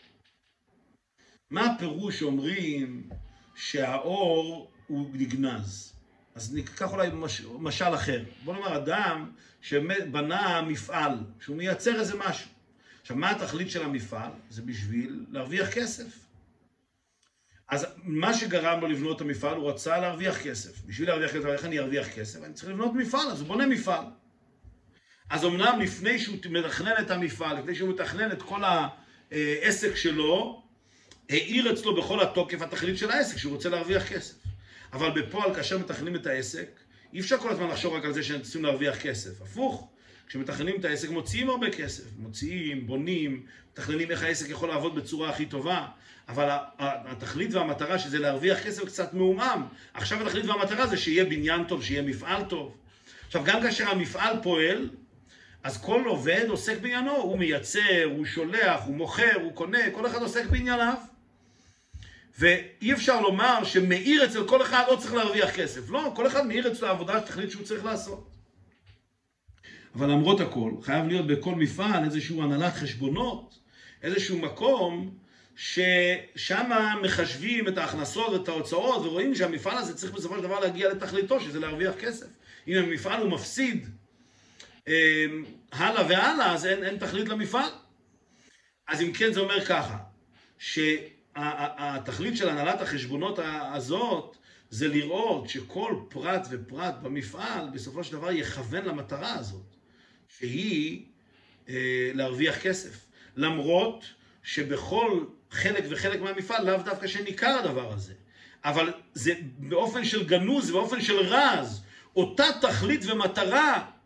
מה הפירוש שאומרים שהאור הוא נגנז? אז ניקח אולי מש, משל אחר. בוא נאמר, אדם שבנה מפעל, שהוא מייצר איזה משהו. עכשיו, מה התכלית של המפעל? זה בשביל להרוויח כסף. אז מה שגרם לו לבנות את המפעל, הוא רצה להרוויח כסף. בשביל להרוויח כסף, איך אני ארוויח כסף? אני צריך לבנות מפעל, אז הוא בונה מפעל. אז אמנם לפני שהוא מתכנן את המפעל, לפני שהוא מתכנן את כל העסק שלו, העיר אצלו בכל התוקף התכלית של העסק, שהוא רוצה להרוויח כסף. אבל בפועל, כאשר מתכננים את העסק, אי אפשר כל הזמן לחשוב רק על זה שהם צריכים להרוויח כסף. הפוך, כשמתכננים את העסק, מוציאים הרבה כסף. מוציאים, בונים, מתכננים איך העסק יכול לעבוד בצורה הכי טובה. אבל התכלית והמטרה שזה להרוויח כסף קצת מעומם. עכשיו התכלית והמטרה זה שיהיה בניין טוב, שיהיה מפעל טוב. עכשיו, גם כאשר המפעל פועל, אז כל עובד עוסק בעניינו, הוא מייצר, הוא שולח, הוא מוכר, הוא קונה, כל אחד עוסק בענייניו. ואי אפשר לומר שמאיר אצל כל אחד לא צריך להרוויח כסף. לא, כל אחד מאיר אצל העבודה שתחליט שהוא צריך לעשות. אבל למרות הכל, חייב להיות בכל מפעל איזשהו הנהלת חשבונות, איזשהו מקום ששם מחשבים את ההכנסות ואת ההוצאות, ורואים שהמפעל הזה צריך בסופו של דבר להגיע לתכליתו, שזה להרוויח כסף. אם המפעל הוא מפסיד אה, הלאה והלאה, אז אין, אין תכלית למפעל. אז אם כן זה אומר ככה, שהתכלית של הנהלת החשבונות הזאת, זה לראות שכל פרט ופרט במפעל, בסופו של דבר יכוון למטרה הזאת, שהיא אה, להרוויח כסף. למרות שבכל חלק וחלק מהמפעל, לאו דווקא שניכר הדבר הזה. אבל זה באופן של גנוז, באופן של רז, אותה תכלית ומטרה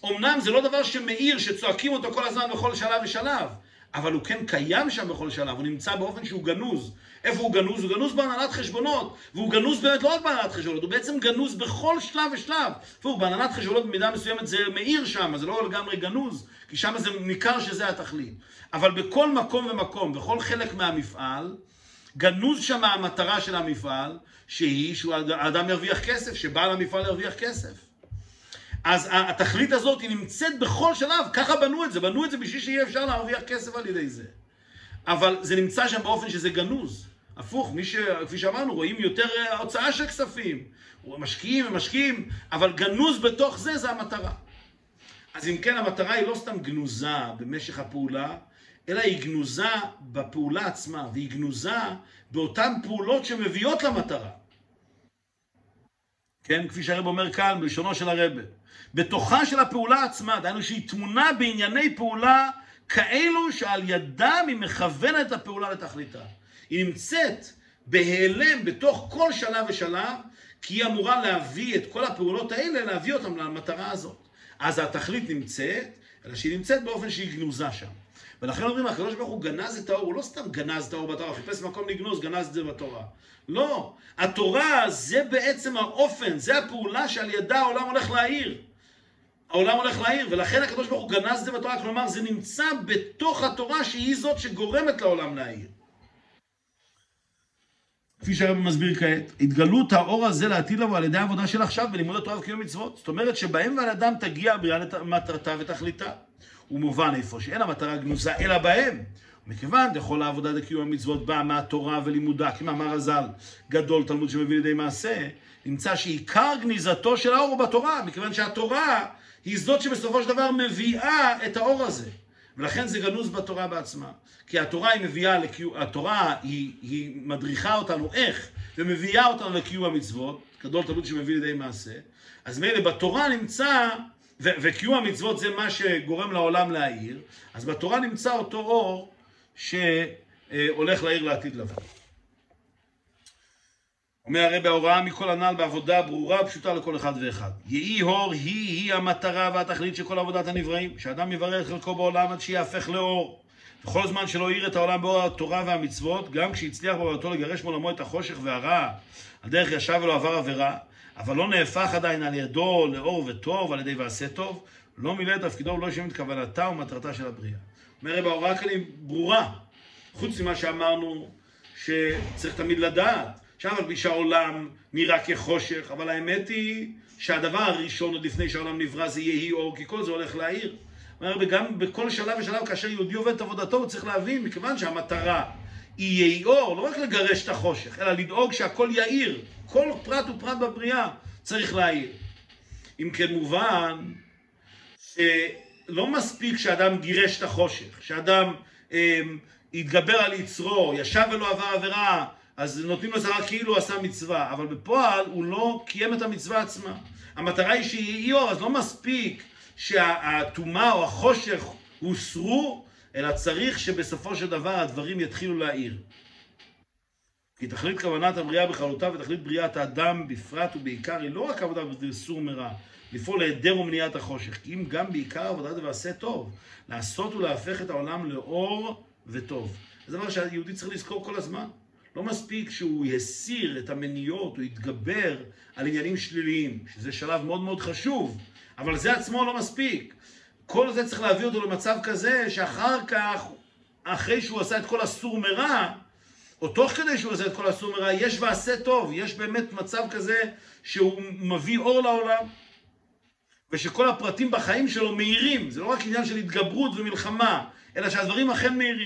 אמנם זה לא דבר שמאיר, שצועקים אותו כל הזמן בכל שלב ושלב, אבל הוא כן קיים שם בכל שלב, הוא נמצא באופן שהוא גנוז. איפה הוא גנוז? הוא גנוז בהנהלת חשבונות, והוא גנוז באמת לא רק בהנהלת חשבונות, הוא בעצם גנוז בכל שלב ושלב. והוא בהנהלת חשבונות במידה מסוימת זה מאיר שם, זה לא לגמרי גנוז, כי שם זה ניכר שזה התכלית. אבל בכל מקום ומקום, בכל חלק מהמפעל, גנוז שם המטרה של המפעל, שהיא שהאדם ירוויח כסף, שבעל המפעל ירוויח כסף. אז התכלית הזאת היא נמצאת בכל שלב, ככה בנו את זה, בנו את זה בשביל שיהיה אפשר להרוויח כסף על ידי זה. אבל זה נמצא שם באופן שזה גנוז. הפוך, מי ש... כפי שאמרנו, רואים יותר הוצאה של כספים. משקיעים ומשקיעים, אבל גנוז בתוך זה, זה המטרה. אז אם כן, המטרה היא לא סתם גנוזה במשך הפעולה, אלא היא גנוזה בפעולה עצמה, והיא גנוזה באותן פעולות שמביאות למטרה. כן, כפי שהרב אומר כאן, בלשונו של הרב. בתוכה של הפעולה עצמה, דהיינו שהיא תמונה בענייני פעולה כאלו שעל ידם היא מכוונת את הפעולה לתכליתה. היא נמצאת בהיעלם בתוך כל שלב ושלב, כי היא אמורה להביא את כל הפעולות האלה, להביא אותם למטרה הזאת. אז התכלית נמצאת, אלא שהיא נמצאת באופן שהיא גנוזה שם. ולכן אומרים, הקדוש ברוך הוא גנז את האור, הוא לא סתם גנז את האור בתורה, חיפש מקום לגנוז, גנז את זה בתורה. לא, התורה זה בעצם האופן, זה הפעולה שעל ידה העולם הולך להעיר. העולם הולך להעיר, ולכן הקדוש ברוך הוא גנז את זה בתורה, כלומר זה נמצא בתוך התורה שהיא זאת שגורמת לעולם להעיר. כפי שהרב מסביר כעת, התגלות האור הזה לעתיד לבוא על ידי העבודה של עכשיו בלימוד התורה וקיום מצוות. זאת אומרת שבהם ועל אדם תגיע הבריאה למטרתה ותכליתה. ומובן איפה שאין המטרה גנוזה אלא בהם. מכיוון דכל העבודה לקיום המצוות באה מהתורה ולימודה, כמאמר הז"ל, גדול תלמוד שמביא לידי מעשה, נמצא שעיקר גניזתו של האור הוא בתורה, מכיוון שהתורה היא זאת שבסופו של דבר מביאה את האור הזה. ולכן זה גנוז בתורה בעצמה. כי התורה היא מביאה לקיום, התורה היא, היא מדריכה אותנו איך, ומביאה אותנו לקיום המצוות, גדול תלמוד שמביא לידי מעשה. אז מילא בתורה נמצא, ו- וקיום המצוות זה מה שגורם לעולם להעיר, אז בתורה נמצא אותו אור שהולך להעיר לעתיד לבוא. אומר הרב, ההוראה מכל הנ"ל בעבודה ברורה ופשוטה לכל אחד ואחד. יהי אור היא היא המטרה והתכלית של כל עבודת הנבראים, שאדם יברר את חלקו בעולם עד שיהפך לאור. בכל זמן שלא העיר את העולם באור התורה והמצוות, גם כשהצליח בעבודתו לגרש מעולמו את החושך והרע, על דרך ישר ולא עבר עבירה, אבל לא נהפך עדיין על ידו לאור וטוב, על ידי ועשה טוב, לא מילא את תפקידו ולא השלים את כוונתה ומטרתה של הבריאה. אומר הרב, ההוראה כאן היא ברורה, חוץ ממה שאמרנו שצריך תמיד לדעת. עכשיו על פי שהעולם נראה כחושך, אבל האמת היא שהדבר הראשון עוד לפני שהעולם נברא זה יהי אור, כי כל זה הולך להעיר. וגם בכל שלב ושלב כאשר יהודי עובד את עבודתו הוא צריך להבין, מכיוון שהמטרה היא יהי אור, לא רק לגרש את החושך, אלא לדאוג שהכל יאיר. כל פרט ופרט בבריאה צריך להעיר. אם כן מובן שלא מספיק שאדם גירש את החושך, שאדם אה, יתגבר על יצרו, ישב ולא עבר עבירה, אז נותנים לו שכר כאילו הוא עשה מצווה, אבל בפועל הוא לא קיים את המצווה עצמה. המטרה היא שיהי אור, אז לא מספיק שהטומאה או החושך הוסרו, אלא צריך שבסופו של דבר הדברים יתחילו להעיר. כי תכלית כוונת הבריאה בכללותה ותכלית בריאת האדם בפרט ובעיקר היא לא רק עבודה בסור מרע, לפעול להיעדר ומניעת החושך, כי אם גם בעיקר עבודה זה ועשה טוב, לעשות ולהפך את העולם לאור וטוב. זה דבר שהיהודי צריך לזכור כל הזמן. לא מספיק שהוא יסיר את המניות, הוא יתגבר על עניינים שליליים, שזה שלב מאוד מאוד חשוב, אבל זה עצמו לא מספיק. כל זה צריך להביא אותו למצב כזה, שאחר כך, אחרי שהוא עשה את כל הסור מרע, או תוך כדי שהוא עשה את כל הסור מרע, יש ועשה טוב, יש באמת מצב כזה שהוא מביא אור לעולם, ושכל הפרטים בחיים שלו מהירים. זה לא רק עניין של התגברות ומלחמה, אלא שהדברים אכן מהירים.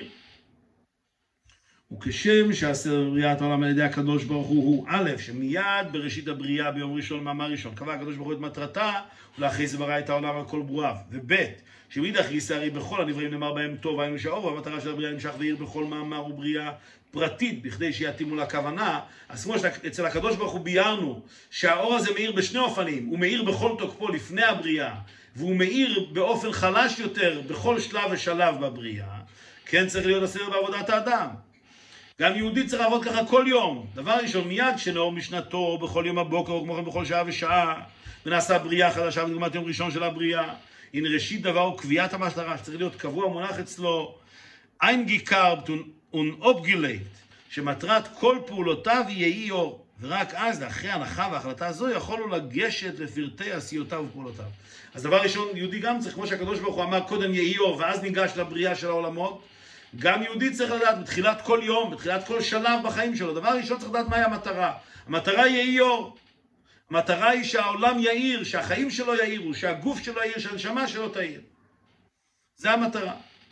וכשם שעשה בריאת העולם על ידי הקדוש ברוך הוא, הוא א', שמיד בראשית הבריאה ביום ראשון, מאמר ראשון, קבע הקדוש ברוך הוא את מטרתה, ולאחרי זה ברא את העולם על כל ברואיו. וב', שמאידך גיסא הרי בכל הנבראים נאמר בהם טוב, היינו שהאור והמטרה של הבריאה נמשך והאיר בכל מאמר ובריאה פרטית, בכדי שיתאימו לכוונה. אז כמו שאצל הקדוש ברוך הוא ביארנו שהאור הזה מאיר בשני אופנים, הוא מאיר בכל תוקפו לפני הבריאה, והוא מאיר באופן חלש יותר בכל שלב ושלב בבריאה, כן צריך להיות הסדר בעבודת האדם. גם יהודי צריך לעבוד ככה כל יום. דבר ראשון, מיד כשנאור משנתו, בכל יום הבוקר, או כמו כן בכל שעה ושעה, ונעשה בריאה חדשה בדוגמת יום ראשון של הבריאה. הנה ראשית דבר הוא קביעת המטרה, שצריך להיות קבוע מונח אצלו, אין גיקרבט ונאופגילייט, שמטרת כל פעולותיו יהי אור, ורק אז, לאחרי הנחה והחלטה הזו, יכולו לגשת לפרטי עשיותיו ופעולותיו. אז דבר ראשון, יהודי גם צריך, כמו שהקדוש ברוך הוא אמר, קודם יהי אור, ואז ניגש לבריאה של העולמות, גם יהודי צריך לדעת, בתחילת כל יום, בתחילת כל שלב בחיים שלו, דבר ראשון צריך לדעת מהי המטרה. המטרה יהי אור. המטרה היא שהעולם יאיר, שהחיים שלו יאירו, שהגוף שלו יאיר, שהנשמה שלו תאיר. זה המטרה.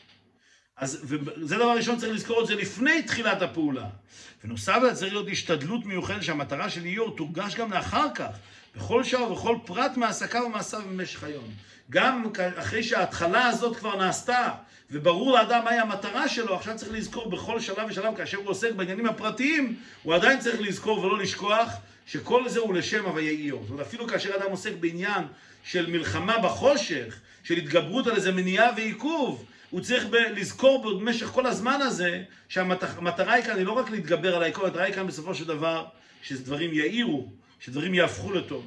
אז זה דבר ראשון, צריך לזכור את זה לפני תחילת הפעולה. ונוסף לזה צריך להיות השתדלות מיוחדת שהמטרה של איור תורגש גם לאחר כך, בכל שעה ובכל פרט מעסקיו ומעשיו במשך היום. גם אחרי שההתחלה הזאת כבר נעשתה, וברור לאדם מהי המטרה שלו, עכשיו צריך לזכור בכל שלב ושלב, כאשר הוא עוסק בעניינים הפרטיים, הוא עדיין צריך לזכור ולא לשכוח שכל זה הוא לשם הוויה איור. זאת אומרת, אפילו כאשר אדם עוסק בעניין של מלחמה בחושך, של התגברות על איזה מניעה ועיכוב, הוא צריך לזכור במשך כל הזמן הזה שהמטרה היא כאן היא לא רק להתגבר על העיכוב, המטרה היא כאן בסופו של דבר שדברים יאירו, שדברים יהפכו לטוב.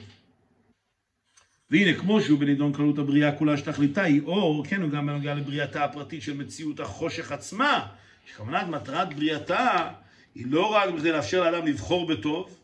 והנה, כמו שהוא בנידון כללות הבריאה כולה שתכליתה היא אור, כן, הוא גם בנוגע לבריאתה הפרטית של מציאות החושך עצמה, שכוונת מטרת בריאתה היא לא רק כדי לאפשר לאדם לבחור בטוב,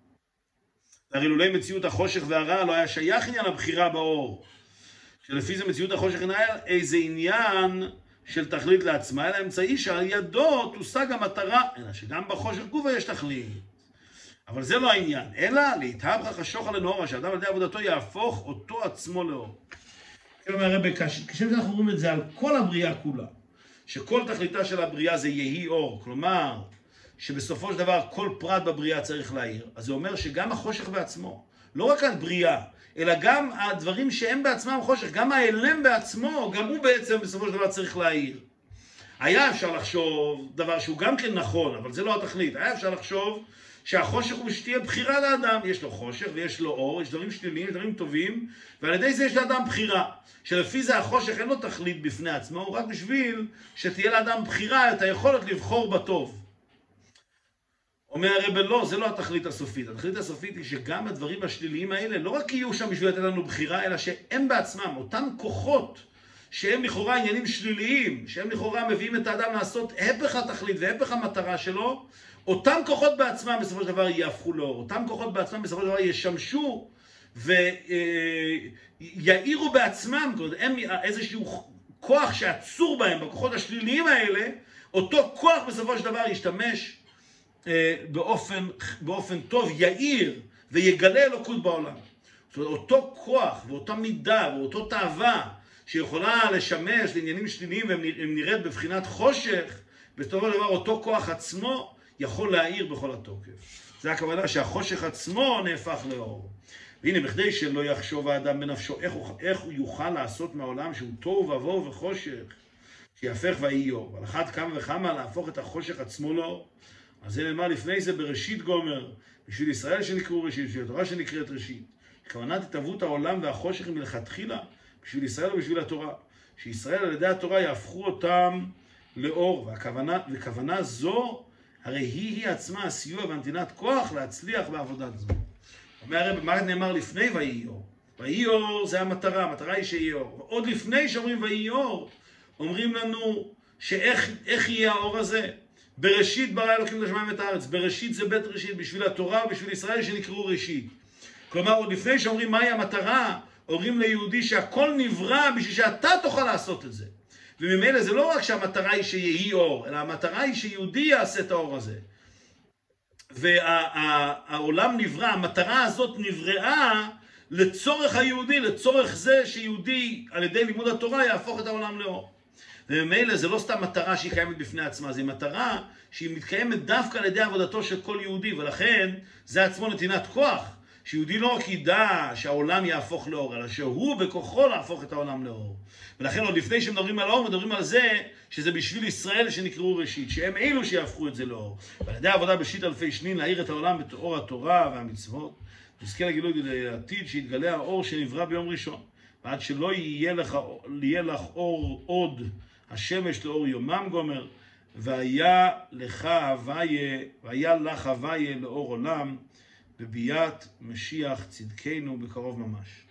הרי לולי מציאות החושך והרע לא היה שייך עניין הבחירה באור, שלפי זה מציאות החושך אינה איזה עניין של תכלית לעצמה, אלא אמצעי שעל ידו תושג המטרה, אלא שגם בחושך גופה יש תכלית. אבל זה לא העניין, אלא להתהפך השוחר לנאורה, שאדם על ידי עבודתו יהפוך אותו עצמו לאור. כלומר, הרב, כשאנחנו אומרים את זה על כל הבריאה כולה, שכל תכליתה של הבריאה זה יהי אור, כלומר, שבסופו של דבר כל פרט בבריאה צריך להאיר, אז זה אומר שגם החושך בעצמו, לא רק על בריאה, אלא גם הדברים שהם בעצמם חושך, גם האלם בעצמו, גם הוא בעצם בסופו של דבר צריך להאיר. היה אפשר לחשוב דבר שהוא גם כן נכון, אבל זה לא התכלית. היה אפשר לחשוב שהחושך הוא שתהיה בחירה לאדם. יש לו חושך ויש לו אור, יש דברים שליליים, יש דברים טובים, ועל ידי זה יש לאדם בחירה. שלפי זה החושך אין לו תכלית בפני עצמו, הוא רק בשביל שתהיה לאדם בחירה, את היכולת לבחור בטוב. אומר הרב, לא, זה לא התכלית הסופית. התכלית הסופית היא שגם הדברים השליליים האלה לא רק יהיו שם בשביל לתת לנו בחירה, אלא שהם בעצמם, אותם כוחות שהם לכאורה עניינים שליליים, שהם לכאורה מביאים את האדם לעשות הפך התכלית והפך המטרה שלו, אותם כוחות בעצמם בסופו של דבר יהפכו לאור. אותם כוחות בעצמם בסופו של דבר ישמשו ויעירו בעצמם, הם איזשהו כוח שעצור בהם, בכוחות השליליים האלה, אותו כוח בסופו של דבר ישתמש באופן, באופן טוב, יאיר ויגלה אלוקות בעולם. זאת אומרת, אותו כוח ואותה מידה ואותו תאווה שיכולה לשמש לעניינים שליליים והם נראית בבחינת חושך, בסופו של דבר אותו כוח עצמו יכול להאיר בכל התוקף. זה הכוונה שהחושך עצמו נהפך לאור. והנה, בכדי שלא יחשוב האדם בנפשו איך הוא, איך הוא יוכל לעשות מהעולם שהוא תוהו ובוהו וחושך, שיהפך ויהי אור. על אחת כמה וכמה להפוך את החושך עצמו לאור. אז זה נאמר לפני זה בראשית גומר, בשביל ישראל שנקראו ראשית, בשביל התורה שנקראת ראשית. כוונת התהוות העולם והחושך מלכתחילה, בשביל ישראל ובשביל התורה. שישראל על ידי התורה יהפכו אותם לאור, והכוונה, וכוונה זו, הרי היא היא עצמה הסיוע והנתינת כוח להצליח בעבודת זו. אומר הרב, מה נאמר לפני ויהי אור? ויהי אור זה המטרה, המטרה היא שיהיה אור. ועוד לפני שאומרים ויהי אור, אומרים לנו שאיך איך יהיה האור הזה? בראשית ברא אלוקים את השמיים ואת הארץ. בראשית זה בית ראשית, בשביל התורה ובשביל ישראל שנקראו ראשית. כלומר, עוד לפני שאומרים מהי המטרה, אומרים ליהודי שהכל נברא בשביל שאתה תוכל לעשות את זה. וממילא זה לא רק שהמטרה היא שיהי אור, אלא המטרה היא שיהודי יעשה את האור הזה. והעולם נברא, המטרה הזאת נבראה לצורך היהודי, לצורך זה שיהודי על ידי לימוד התורה יהפוך את העולם לאור. וממילא זה לא סתם מטרה שהיא קיימת בפני עצמה, זו מטרה שהיא מתקיימת דווקא על ידי עבודתו של כל יהודי, ולכן זה עצמו נתינת כוח, שיהודי לא רק ידע שהעולם יהפוך לאור, אלא שהוא בכוחו להפוך את העולם לאור. ולכן עוד לפני שמדברים על האור, מדברים על זה שזה בשביל ישראל שנקראו ראשית, שהם אלו שיהפכו את זה לאור. ועל ידי העבודה בשיט אלפי שנין להאיר את העולם בתאור התורה והמצוות, נזכה לגילוי לעתיד שיתגלה האור שנברא ביום ראשון, ועד שלא יהיה לך, יהיה לך אור עוד השמש לאור יומם גומר, והיה לך הוויה, והיה לך הוויה לאור עולם, בביאת משיח צדקנו בקרוב ממש.